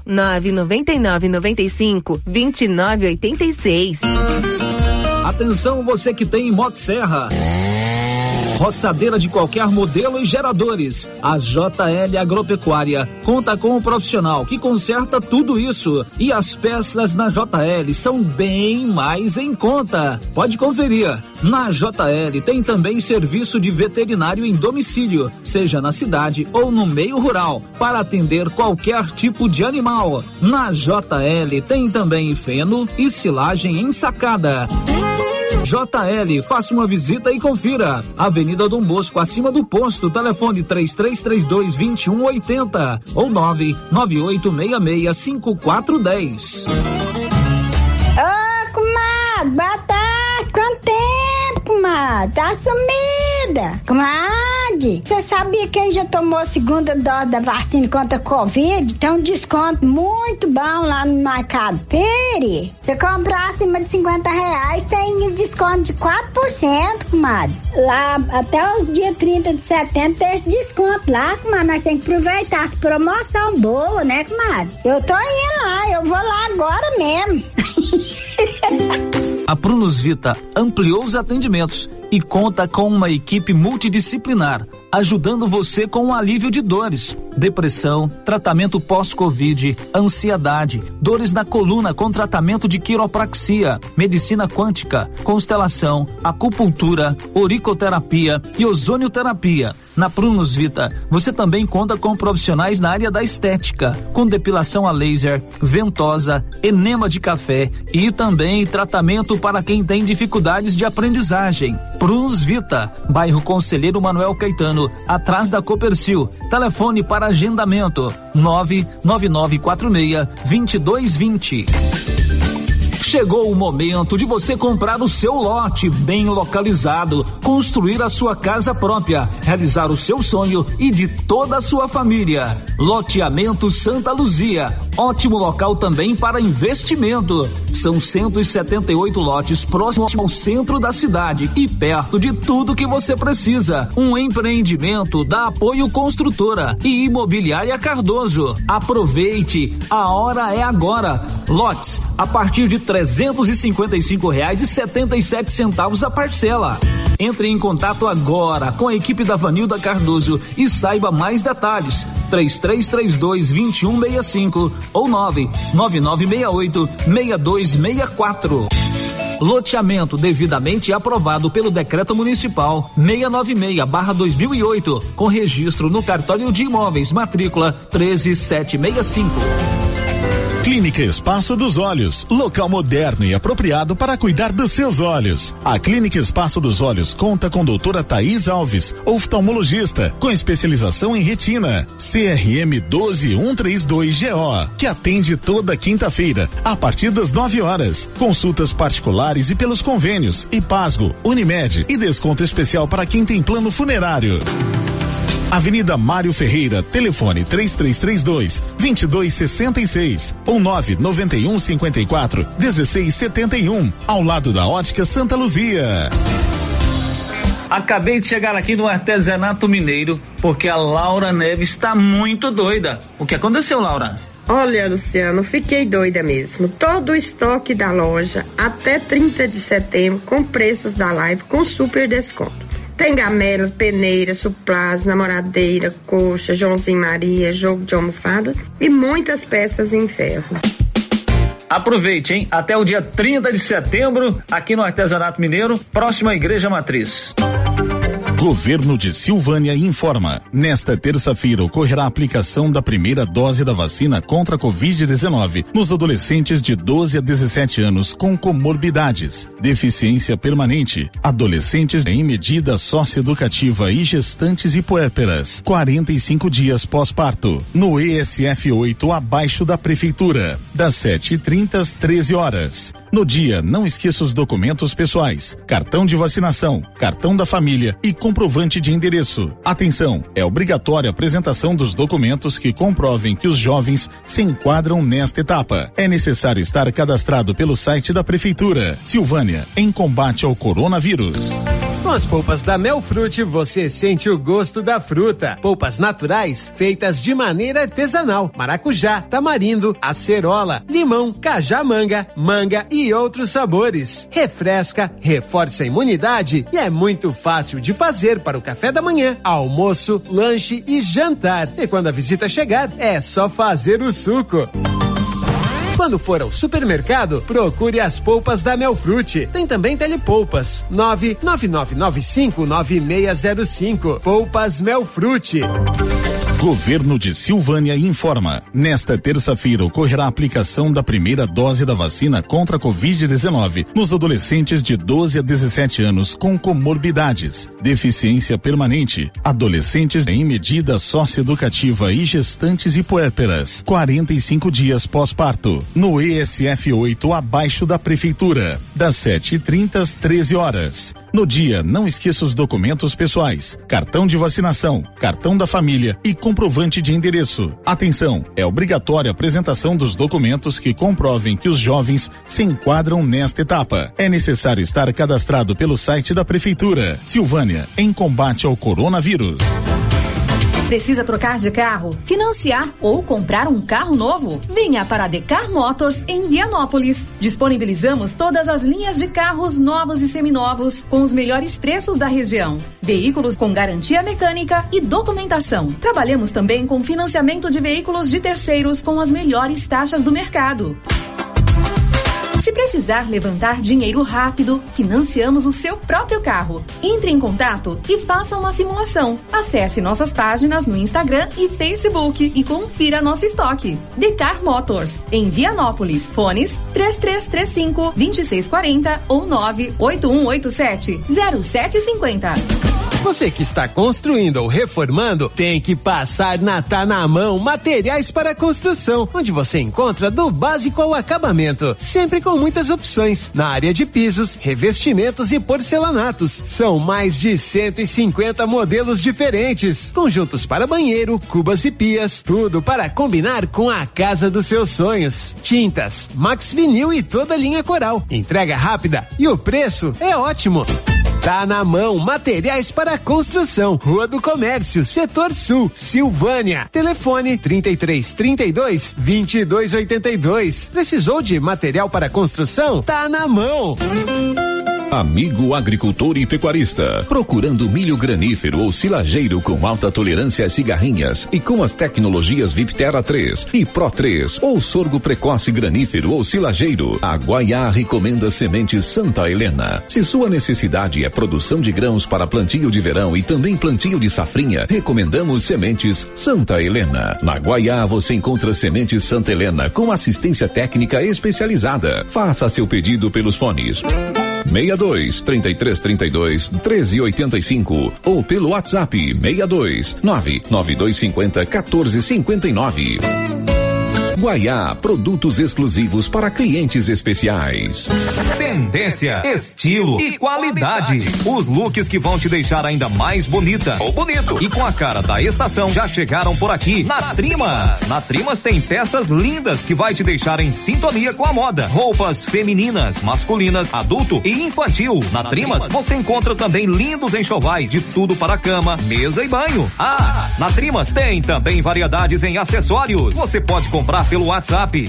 99995-2986. Atenção, você que tem motosserra, roçadeira de qualquer modelo e geradores. A JL Agropecuária conta com um profissional que conserta tudo isso. E as peças na JL são bem mais em conta. Pode conferir. Na JL tem também serviço de veterinário em domicílio, seja na cidade ou no meio rural, para atender qualquer tipo de animal. Na JL tem também feno e silagem ensacada. JL, faça uma visita e confira. Avenida Dom Bosco, acima do posto, telefone 3332-2180 ou 998665410. Ô, comadre, boa tarde, quanto tempo, comadre? Tá sumida. Comadre, você sabia que quem já tomou a segunda dose da vacina contra a Covid tem um desconto muito bom lá no Mercado Pere? Você comprar acima de R$50, tem desconto de 4%, comadre. Lá, até os dias 30 de setembro tem esse desconto lá, comadre. Nós temos que aproveitar as promoções boas, né, comadre? Eu tô indo lá, eu vou lá agora mesmo. A Prunus Vita ampliou os atendimentos e conta com uma equipe multidisciplinar, ajudando você com o alívio de dores, depressão, tratamento pós-Covid, ansiedade, dores na coluna com tratamento de quiropraxia, medicina quântica, constelação, acupuntura, auriculoterapia e ozonioterapia. Na Prunus Vita, você também conta com profissionais na área da estética, com depilação a laser, ventosa, enema de café e também tratamento para quem tem dificuldades de aprendizagem. Prunus Vita, bairro Conselheiro Manuel Caetano, atrás da Copercil. Telefone para agendamento 99946-2220. Chegou o momento de você comprar o seu lote bem localizado, construir a sua casa própria, realizar o seu sonho e de toda a sua família. Loteamento Santa Luzia, ótimo local também para investimento. São 178 lotes próximos ao centro da cidade e perto de tudo que você precisa. Um empreendimento da Apoio Construtora e Imobiliária Cardoso. Aproveite, a hora é agora. Lotes a partir de R$355,77 a parcela. Entre em contato agora com a equipe da Vanilda Cardoso e saiba mais detalhes. 3332-2165 ou 99968-6264. Loteamento devidamente aprovado pelo Decreto Municipal 696/2008, com registro no Cartório de Imóveis, matrícula 13765. Clínica Espaço dos Olhos, local moderno e apropriado para cuidar dos seus olhos. A Clínica Espaço dos Olhos conta com doutora Thaís Alves, oftalmologista, com especialização em retina, CRM 12132GO, que atende toda quinta-feira, a partir das 9 horas. Consultas particulares e pelos convênios, IPASGO, Unimed e desconto especial para quem tem plano funerário. Avenida Mário Ferreira, telefone 3332-2266 ou 99154-1671, ao lado da Ótica Santa Luzia. Acabei de chegar aqui no Artesanato Mineiro porque a Laura Neves está muito doida. O que aconteceu, Laura? Olha, Luciano, fiquei doida mesmo. Todo o estoque da loja até 30 de setembro com preços da live com super desconto. Tem gamelas, peneiras, suplás, namoradeira, coxa, Joãozinho Maria, jogo de almofada e muitas peças em ferro. Aproveite, hein? Até o dia 30 de setembro, aqui no Artesanato Mineiro, próximo à Igreja Matriz. Governo de Silvânia informa. Nesta terça-feira ocorrerá a aplicação da primeira dose da vacina contra a Covid-19 nos adolescentes de 12 a 17 anos com comorbidades, deficiência permanente, adolescentes em medida socioeducativa e gestantes e puérperas, 45 dias pós-parto, no ESF 8 abaixo da prefeitura, das 7h30 às 13 horas. No dia, não esqueça os documentos pessoais, cartão de vacinação, cartão da família e comprovante de endereço. Atenção, é obrigatória a apresentação dos documentos que comprovem que os jovens se enquadram nesta etapa. É necessário estar cadastrado pelo site da Prefeitura. Silvânia, em combate ao coronavírus. Com as polpas da Melfrute, você sente o gosto da fruta. Polpas naturais, feitas de maneira artesanal. Maracujá, tamarindo, acerola, limão, cajá-manga, manga e outros sabores. Refresca, reforça a imunidade e é muito fácil de fazer para o café da manhã, almoço, lanche e jantar. E quando a visita chegar, é só fazer o suco. Quando for ao supermercado, procure as polpas da Melfrute. Tem também telepolpas. 999959605. Polpas Melfrute. Governo de Silvânia informa. Nesta terça-feira ocorrerá a aplicação da primeira dose da vacina contra a Covid-19 nos adolescentes de 12 a 17 anos com comorbidades, deficiência permanente, adolescentes em medida socioeducativa e gestantes e puérperas, 45 dias pós-parto, no ESF 8 abaixo da prefeitura, das 7h30 às 13 horas. No dia, não esqueça os documentos pessoais, cartão de vacinação, cartão da família e comprovante de endereço. Atenção, é obrigatória a apresentação dos documentos que comprovem que os jovens se enquadram nesta etapa. É necessário estar cadastrado pelo site da Prefeitura. Silvânia, em combate ao coronavírus. Precisa trocar de carro, financiar ou comprar um carro novo? Venha para a Decar Motors em Vianópolis. Disponibilizamos todas as linhas de carros novos e seminovos com os melhores preços da região. Veículos com garantia mecânica e documentação. Trabalhamos também com financiamento de veículos de terceiros com as melhores taxas do mercado. Se precisar levantar dinheiro rápido, financiamos o seu próprio carro. Entre em contato e faça uma simulação. Acesse nossas páginas no Instagram e Facebook e confira nosso estoque. Decar Motors, em Vianópolis. Fones 3335-2640 ou 98187-0750. Você que está construindo ou reformando, tem que passar na Tá na Mão Materiais para Construção, onde você encontra do básico ao acabamento, sempre com muitas opções na área de pisos, revestimentos e porcelanatos. São mais de 150 modelos diferentes, conjuntos para banheiro, cubas e pias, tudo para combinar com a casa dos seus sonhos. Tintas, Max Vinil e toda a linha Coral. Entrega rápida e o preço é ótimo. Tá na Mão Materiais para Construção, Rua do Comércio, Setor Sul, Silvânia. Telefone 3332-2282. Precisou de material para construção? Tá na mão. Amigo agricultor e pecuarista, procurando milho granífero ou silageiro com alta tolerância às cigarrinhas e com as tecnologias Viptera 3 e Pro 3 ou sorgo precoce granífero ou silageiro, a Guaiá recomenda sementes Santa Helena. Se sua necessidade é produção de grãos para plantio de verão e também plantio de safrinha, recomendamos sementes Santa Helena. Na Guaiá você encontra sementes Santa Helena com assistência técnica especializada. Faça seu pedido pelos fones 62-3332-1385 ou pelo WhatsApp 62-99250-1459. Guaiá, produtos exclusivos para clientes especiais. Tendência, estilo e qualidade. Os looks que vão te deixar ainda mais bonita ou bonito e com a cara da estação já chegaram por aqui na Trimas. Na Trimas tem peças lindas que vai te deixar em sintonia com a moda. Roupas femininas, masculinas, adulto e infantil. Na Trimas você encontra também lindos enxovais de tudo para cama, mesa e banho. Na Trimas tem também variedades em acessórios. Você pode comprar pelo WhatsApp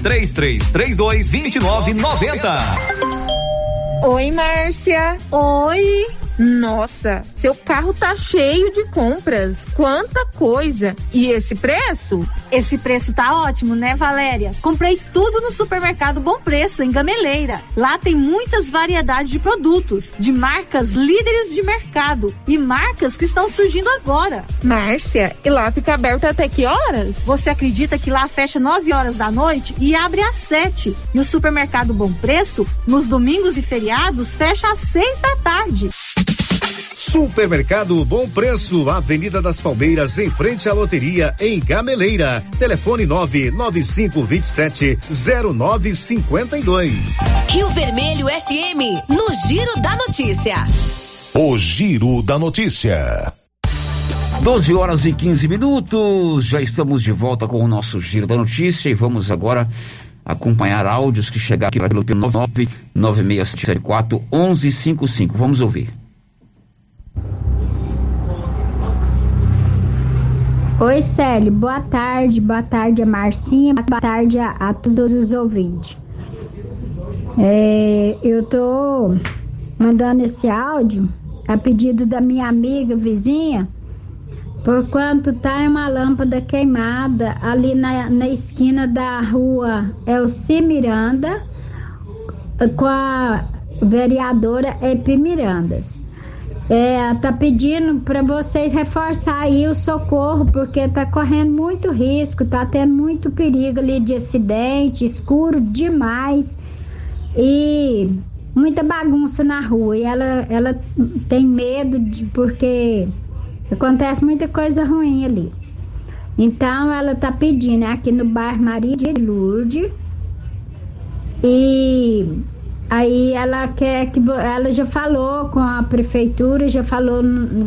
3332-2990. Oi, Márcia. Oi. Nossa, seu carro tá cheio de compras. Quanta coisa! E esse preço? Esse preço tá ótimo, né, Valéria? Comprei tudo no Supermercado Bom Preço, em Gameleira. Lá tem muitas variedades de produtos, de marcas líderes de mercado e marcas que estão surgindo agora. Márcia, e lá fica aberto até que horas? Você acredita que lá fecha 9 horas da noite e abre às 7? E o Supermercado Bom Preço, nos domingos e feriados, fecha às 6 da tarde. Supermercado Bom Preço, Avenida das Palmeiras, em frente à loteria, em Gameleira. Telefone 99527-0952. Rio Vermelho FM, no Giro da Notícia. O Giro da Notícia. 12 horas e 15 minutos, já estamos de volta com o nosso Giro da Notícia e vamos agora acompanhar áudios que chegaram aqui pelo 99674-1155. Vamos ouvir. Oi, Célio, boa tarde a Marcinha, boa tarde a todos os ouvintes. Eu tô mandando esse áudio a pedido da minha amiga vizinha, por quanto tá uma lâmpada queimada ali na esquina da rua Elci Miranda com a vereadora Epi Mirandas. Tá pedindo para vocês reforçar aí o socorro, porque tá correndo muito risco, tá tendo muito perigo ali de acidente, escuro demais e muita bagunça na rua. E ela tem medo porque acontece muita coisa ruim ali. Então ela tá pedindo aqui no bairro Maria de Lourdes e aí ela quer que ela já falou com a prefeitura, já falou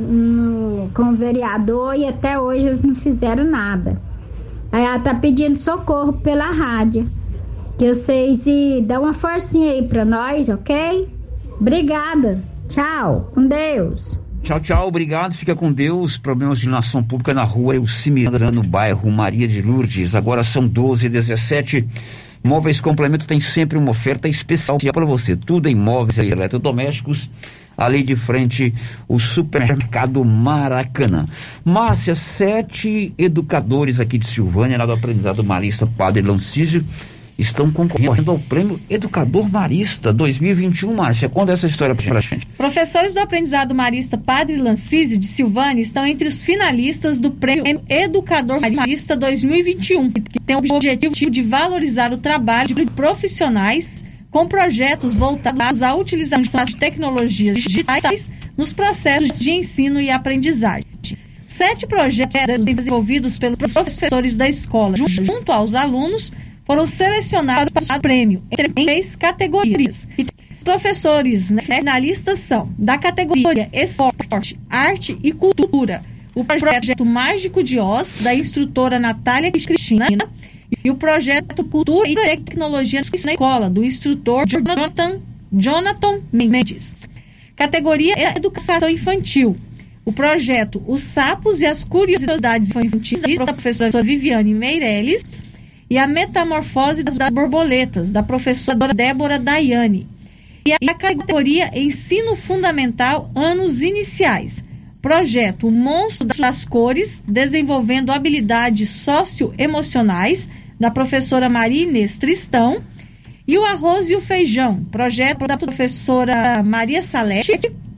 com o vereador e até hoje eles não fizeram nada. Aí ela tá pedindo socorro pela rádio. Que vocês dão uma forcinha aí pra nós, ok? Obrigada. Tchau. Com Deus. Tchau, obrigado. Fica com Deus. Problemas de iluminação pública na rua Elci Miranda, no bairro Maria de Lourdes. Agora são 12h17. Móveis Complemento tem sempre uma oferta especial para você. Tudo em móveis e eletrodomésticos. Ali de frente, o Supermercado Maracanã. Márcia, 7 educadores aqui de Silvânia, lá do Aprendizado Marista Padre Lancísio, estão concorrendo ao Prêmio Educador Marista 2021. Márcia, conta essa história pra gente. Professores do Aprendizado Marista Padre Lancísio de Silvânia estão entre os finalistas do Prêmio Educador Marista 2021, que tem o objetivo de valorizar o trabalho de profissionais com projetos voltados à utilização de tecnologias digitais nos processos de ensino e aprendizagem. 7 projetos desenvolvidos pelos professores da escola junto aos alunos foram selecionados para o prêmio em 3 categorias. Professores finalistas são da categoria Esporte, Arte e Cultura, o projeto Mágico de Oz, da instrutora Natália Cristina, e o projeto Cultura e Tecnologia na Escola, do instrutor Jonathan Mendes. Categoria Educação Infantil, o projeto Os Sapos e as Curiosidades Infantis, da professora Viviane Meirelles, e a Metamorfose das Borboletas, da professora Débora Daiane. E a categoria Ensino Fundamental Anos Iniciais, projeto O Monstro das Cores, desenvolvendo habilidades socioemocionais, da professora Maria Inês Tristão, e o Arroz e o Feijão, projeto da professora Maria Salete,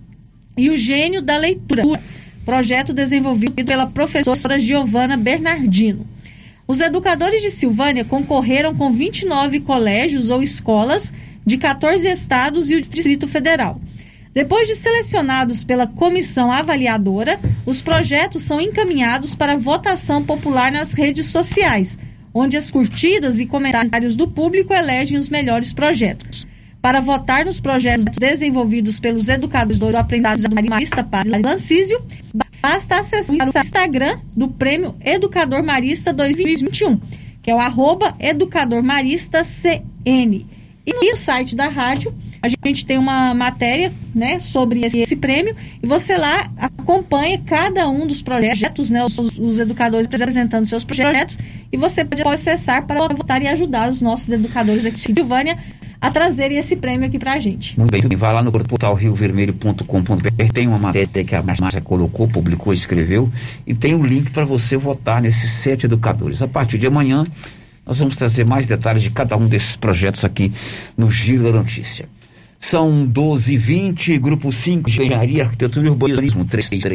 e o Gênio da Leitura, projeto desenvolvido pela professora Giovana Bernardino. Os educadores de Silvânia concorreram com 29 colégios ou escolas de 14 estados e o Distrito Federal. Depois de selecionados pela comissão avaliadora, os projetos são encaminhados para votação popular nas redes sociais, onde as curtidas e comentários do público elegem os melhores projetos. Para votar nos projetos desenvolvidos pelos educadores do aprendizado marista Padre Lancísio, basta acessar o Instagram do Prêmio Educador Marista 2021, que é o @educadormaristacn. E no site da rádio, a gente tem uma matéria, né, sobre esse prêmio, e você lá acompanha cada um dos projetos, né, os educadores apresentando seus projetos, e você pode acessar para votar e ajudar os nossos educadores aqui de Silvânia a trazerem esse prêmio aqui pra gente. Muito bem, vai lá no portal riovermelho.com.br, tem uma matéria que a Márcia colocou, publicou, escreveu, e tem um link para você votar nesses 7 educadores. A partir de amanhã, nós vamos trazer mais detalhes de cada um desses projetos aqui no Giro da Notícia. São 12h20, Grupo 5, Engenharia, Arquitetura e Urbanismo,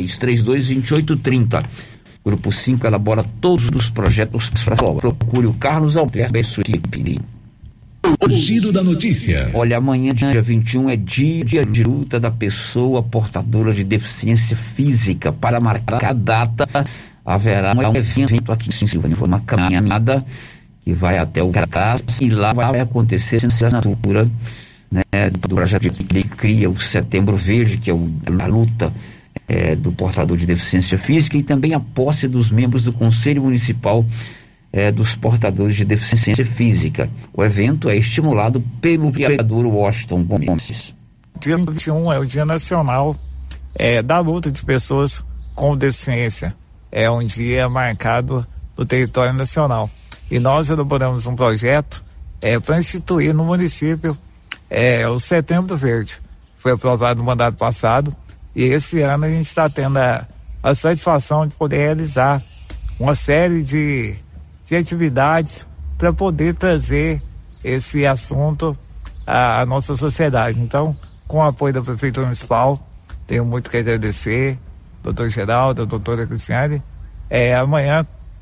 3332-2830. Grupo 5 elabora todos os projetos para a obra. Procure o Carlos Alberto e sua equipe. O Giro da Notícia. Olha, amanhã, dia 21, é dia de luta da pessoa portadora de deficiência física. Para marcar a data, haverá um evento aqui em Silvânia, uma caminhada que vai até o Caracas, e lá vai acontecer a assinatura, né, do projeto que cria o Setembro Verde, que é a luta do portador de deficiência física, e também a posse dos membros do Conselho Municipal dos portadores de deficiência física. O evento é estimulado pelo vereador Washington Gomes. Dia 21 é o Dia Nacional da luta de pessoas com deficiência. É um dia marcado no território nacional. E nós elaboramos um projeto para instituir no município o Setembro Verde. Foi aprovado no mandato passado, e esse ano a gente está tendo a satisfação de poder realizar uma série de atividades para poder trazer esse assunto à nossa sociedade. Então, com o apoio da Prefeitura Municipal, tenho muito que agradecer, doutor Geraldo, a doutora Cristiane. Amanhã,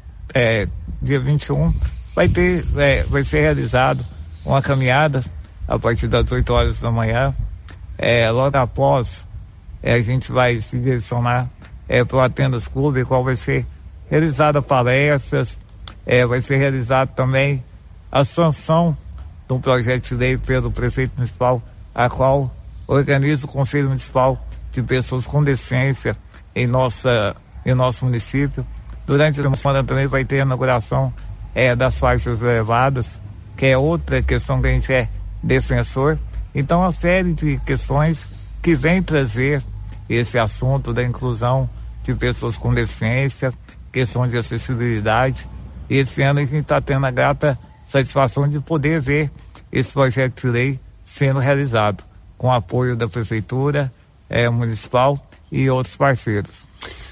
dia 21, vai ser realizado uma caminhada a partir das 8 horas da manhã. Logo após, a gente vai se direcionar para o Atenas Clube, qual vai ser realizada palestras, vai ser realizado também a sanção de um projeto de lei pelo prefeito municipal, a qual organiza o Conselho Municipal de Pessoas com Deficiência em nosso município. Durante a semana também vai ter a inauguração das faixas elevadas, que é outra questão que a gente é defensor. Então, uma série de questões que vem trazer esse assunto da inclusão de pessoas com deficiência, questão de acessibilidade. E esse ano a gente está tendo a grata satisfação de poder ver esse projeto de lei sendo realizado, com apoio da Prefeitura Municipal e outros parceiros.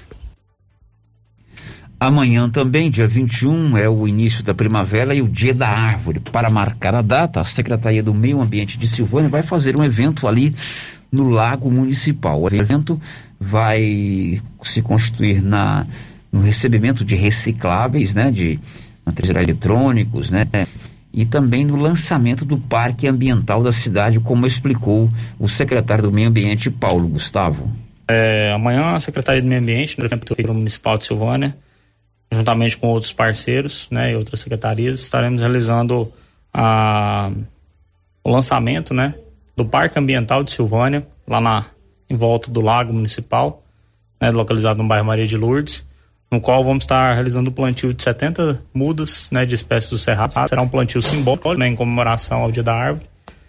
Amanhã também, dia 21, é o início da primavera e o Dia da Árvore. Para marcar a data, a Secretaria do Meio Ambiente de Silvânia vai fazer um evento ali no Lago Municipal. O evento vai se constituir no recebimento de recicláveis, né, de materiais eletrônicos, né, e também no lançamento do Parque Ambiental da cidade, como explicou o secretário do Meio Ambiente, Paulo Gustavo. Amanhã a Secretaria do Meio Ambiente, no Prefeitura Municipal de Silvânia, juntamente com outros parceiros, né, e outras secretarias, estaremos realizando o lançamento, né, do Parque Ambiental de Silvânia, lá em volta do Lago Municipal, né, localizado no bairro Maria de Lourdes, no qual vamos estar realizando o plantio de 70 mudas, né, de espécies do cerrado. Será um plantio simbólico, né, em comemoração ao Dia da Árvore.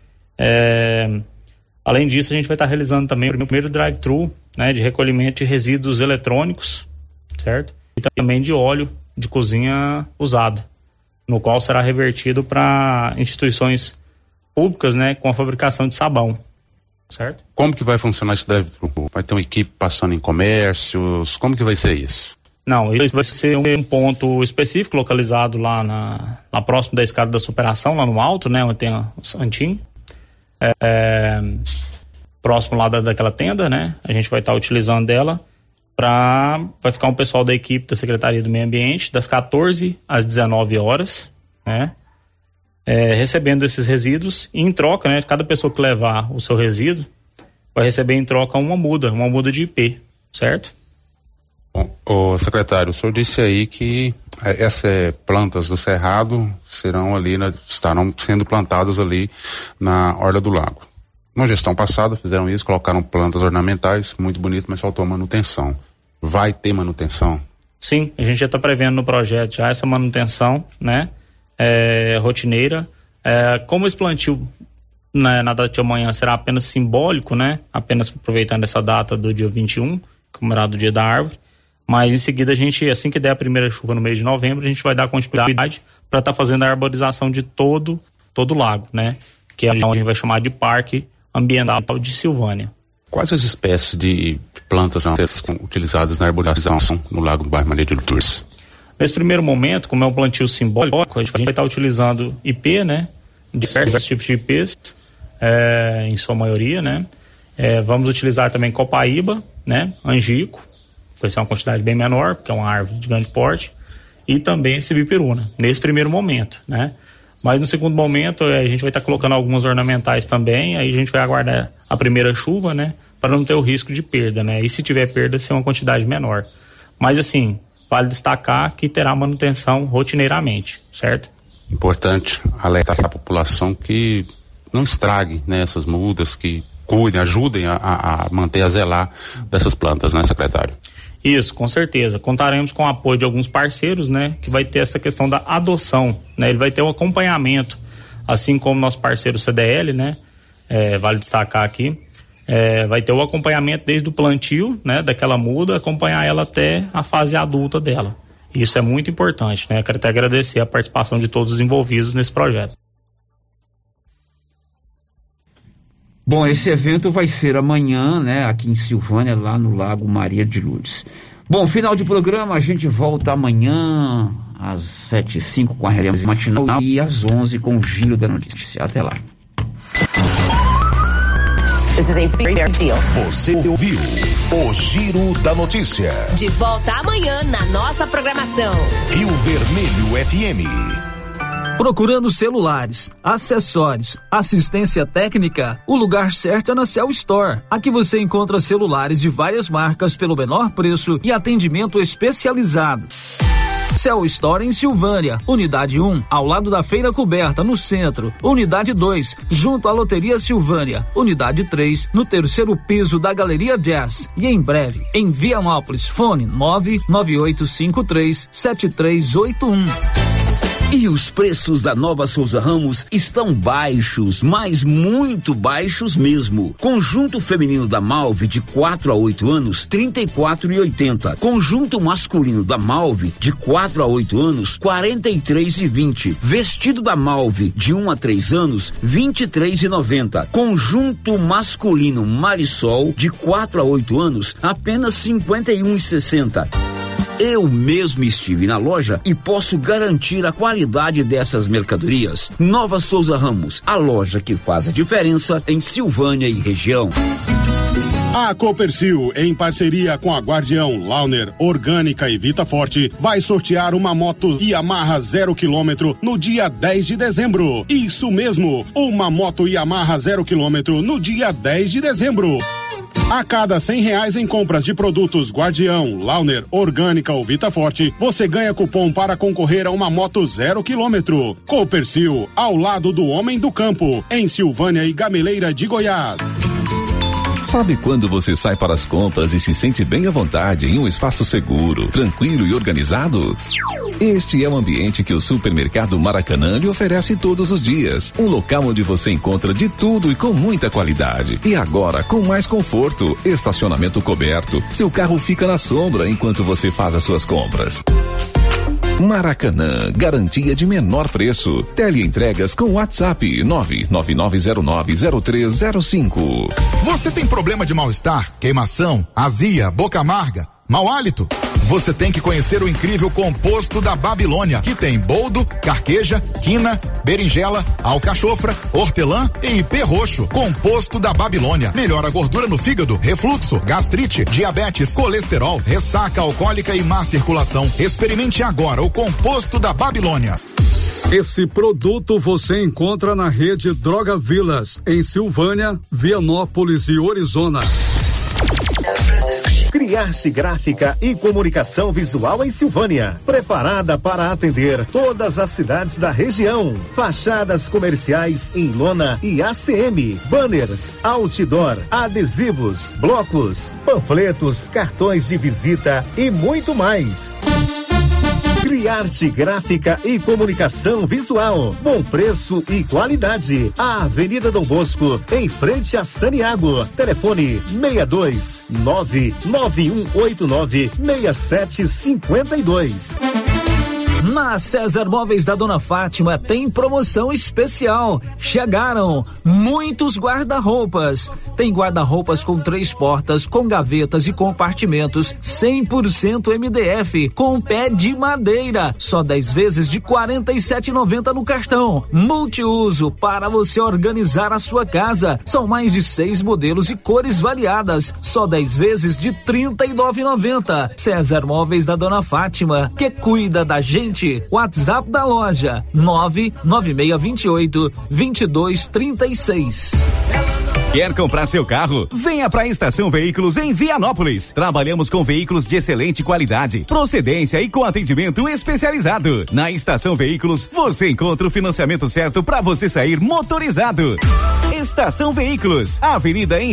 Além disso, a gente vai estar realizando também o primeiro drive-thru, né, de recolhimento de resíduos eletrônicos, certo? E também de óleo de cozinha usado, no qual será revertido para instituições públicas, né, com a fabricação de sabão, certo? Como que vai funcionar esse drive-thru? Vai ter uma equipe passando em comércios? Como que vai ser isso? Não, isso vai ser um ponto específico localizado lá próximo da escada da superação, lá no alto, né, onde tem o santinho. Próximo lá daquela tenda, né? A gente vai estar utilizando dela vai ficar um pessoal da equipe da Secretaria do Meio Ambiente das 14 às 19 horas, né? Recebendo esses resíduos, e em troca, né, cada pessoa que levar o seu resíduo vai receber em troca uma muda de IP, certo? Bom, secretário, o senhor disse aí que essas plantas do Cerrado estarão sendo plantadas ali na Orla do Lago. Na gestão passada fizeram isso, colocaram plantas ornamentais, muito bonito, mas faltou manutenção. Vai ter manutenção? Sim, a gente já está prevendo no projeto já essa manutenção, né, rotineira. Como esse plantio na data de amanhã será apenas simbólico, né, apenas aproveitando essa data do dia 21, comemorado o Dia da Árvore, mas em seguida a gente, assim que der a primeira chuva no mês de novembro, a gente vai dar continuidade para estar fazendo a arborização de todo o lago, né, que é onde a gente vai chamar de Parque Ambiental de Silvânia. Quais as espécies de plantas são utilizadas na arborização no Lago do Bairro Maria de Lourdes? Nesse primeiro momento, como é um plantio simbólico, a gente vai estar utilizando IP, né, diversos tipos de IPs, em sua maioria, né. Vamos utilizar também copaíba, né, angico, vai ser uma quantidade bem menor, porque é uma árvore de grande porte, e também sibipiruna, nesse primeiro momento, né. Mas no segundo momento a gente vai estar colocando algumas ornamentais também, aí a gente vai aguardar a primeira chuva, né, para não ter o risco de perda, né, e se tiver perda ser uma quantidade menor. Mas assim, vale destacar que terá manutenção rotineiramente, certo? Importante alertar a população que não estrague, né, essas mudas, que cuidem, ajudem a manter, a zelar dessas plantas, né, secretário? Isso, com certeza. Contaremos com o apoio de alguns parceiros, né, que vai ter essa questão da adoção, né, ele vai ter um acompanhamento, assim como nosso parceiro CDL, né, vale destacar aqui, vai ter o acompanhamento desde o plantio, né, daquela muda, acompanhar ela até a fase adulta dela. Isso é muito importante, né, quero até agradecer a participação de todos os envolvidos nesse projeto. Bom, esse evento vai ser amanhã, né, aqui em Silvânia, lá no Lago Maria de Lourdes. Bom, final de programa, a gente volta amanhã às 7h05 com a realização matinal e às 11h com o Giro da Notícia. Até lá. Você ouviu o Giro da Notícia. De volta amanhã na nossa programação. Rio Vermelho FM. Procurando celulares, acessórios, assistência técnica, o lugar certo é na Cell Store. Aqui você encontra celulares de várias marcas pelo menor preço e atendimento especializado. Cell Store em Silvânia, Unidade 1, ao lado da Feira Coberta, no centro. Unidade 2, junto à Loteria Silvânia. Unidade 3, no terceiro piso da Galeria Jazz. E em breve, em Vianópolis, fone 998537381. E os preços da Nova Souza Ramos estão baixos, mas muito baixos mesmo. Conjunto feminino da Malve de 4 a 8 anos, R$34,80. Conjunto masculino da Malve de 4 a 8 anos, R$43,20. Vestido da Malve de 1 a 3 anos, R$23,90. Conjunto masculino Marisol de 4 a 8 anos, apenas R$51,60. Eu mesmo estive na loja e posso garantir a qualidade dessas mercadorias. Nova Souza Ramos, a loja que faz a diferença em Silvânia e região. A Copercil, em parceria com a Guardião, Launer, Orgânica e Vita Forte, vai sortear uma moto Yamaha 0 km no dia 10 de dezembro. Isso mesmo, uma moto Yamaha 0 km no dia 10 de dezembro. A cada R$100 em compras de produtos Guardião, Launer, Orgânica ou Vita Forte, você ganha cupom para concorrer a uma moto 0 km. Copercil, ao lado do homem do campo, em Silvânia e Gameleira de Goiás. Sabe quando você sai para as compras e se sente bem à vontade em um espaço seguro, tranquilo e organizado? Este é o ambiente que o Supermercado Maracanã lhe oferece todos os dias. Um local onde você encontra de tudo e com muita qualidade. E agora com mais conforto, estacionamento coberto. Seu carro fica na sombra enquanto você faz as suas compras. Maracanã, garantia de menor preço. Teleentregas com WhatsApp 999090305. Você tem problema de mal-estar, queimação, azia, boca amarga, mau hálito? Você tem que conhecer o incrível composto da Babilônia, que tem boldo, carqueja, quina, berinjela, alcachofra, hortelã e ipê roxo. Composto da Babilônia. Melhora a gordura no fígado, refluxo, gastrite, diabetes, colesterol, ressaca alcoólica e má circulação. Experimente agora o composto da Babilônia. Esse produto você encontra na rede Droga Vilas, em Silvânia, Vianópolis e Orizona. Criarte Gráfica e Comunicação Visual em Silvânia, preparada para atender todas as cidades da região. Fachadas comerciais em lona e ACM, banners, outdoor, adesivos, blocos, panfletos, cartões de visita e muito mais. Criarte Gráfica e Comunicação Visual, bom preço e qualidade. A Avenida Dom Bosco, em frente a Saniago. Telefone 62 99189 6752. Na César Móveis da Dona Fátima tem promoção especial. Chegaram muitos guarda-roupas. Tem guarda-roupas com 3 portas, com gavetas e compartimentos, 100% MDF, com pé de madeira. Só 10 vezes de R$ 47,90 no cartão. Multiuso para você organizar a sua casa. São mais de 6 modelos e cores variadas. Só 10 vezes de R$ 39,90. César Móveis da Dona Fátima, que cuida da gente. WhatsApp da loja 99628-2236. Quer comprar seu carro? Venha para a Estação Veículos em Vianópolis. Trabalhamos com veículos de excelente qualidade, procedência e com atendimento especializado. Na Estação Veículos, você encontra o financiamento certo para você sair motorizado. Estação Veículos, Avenida em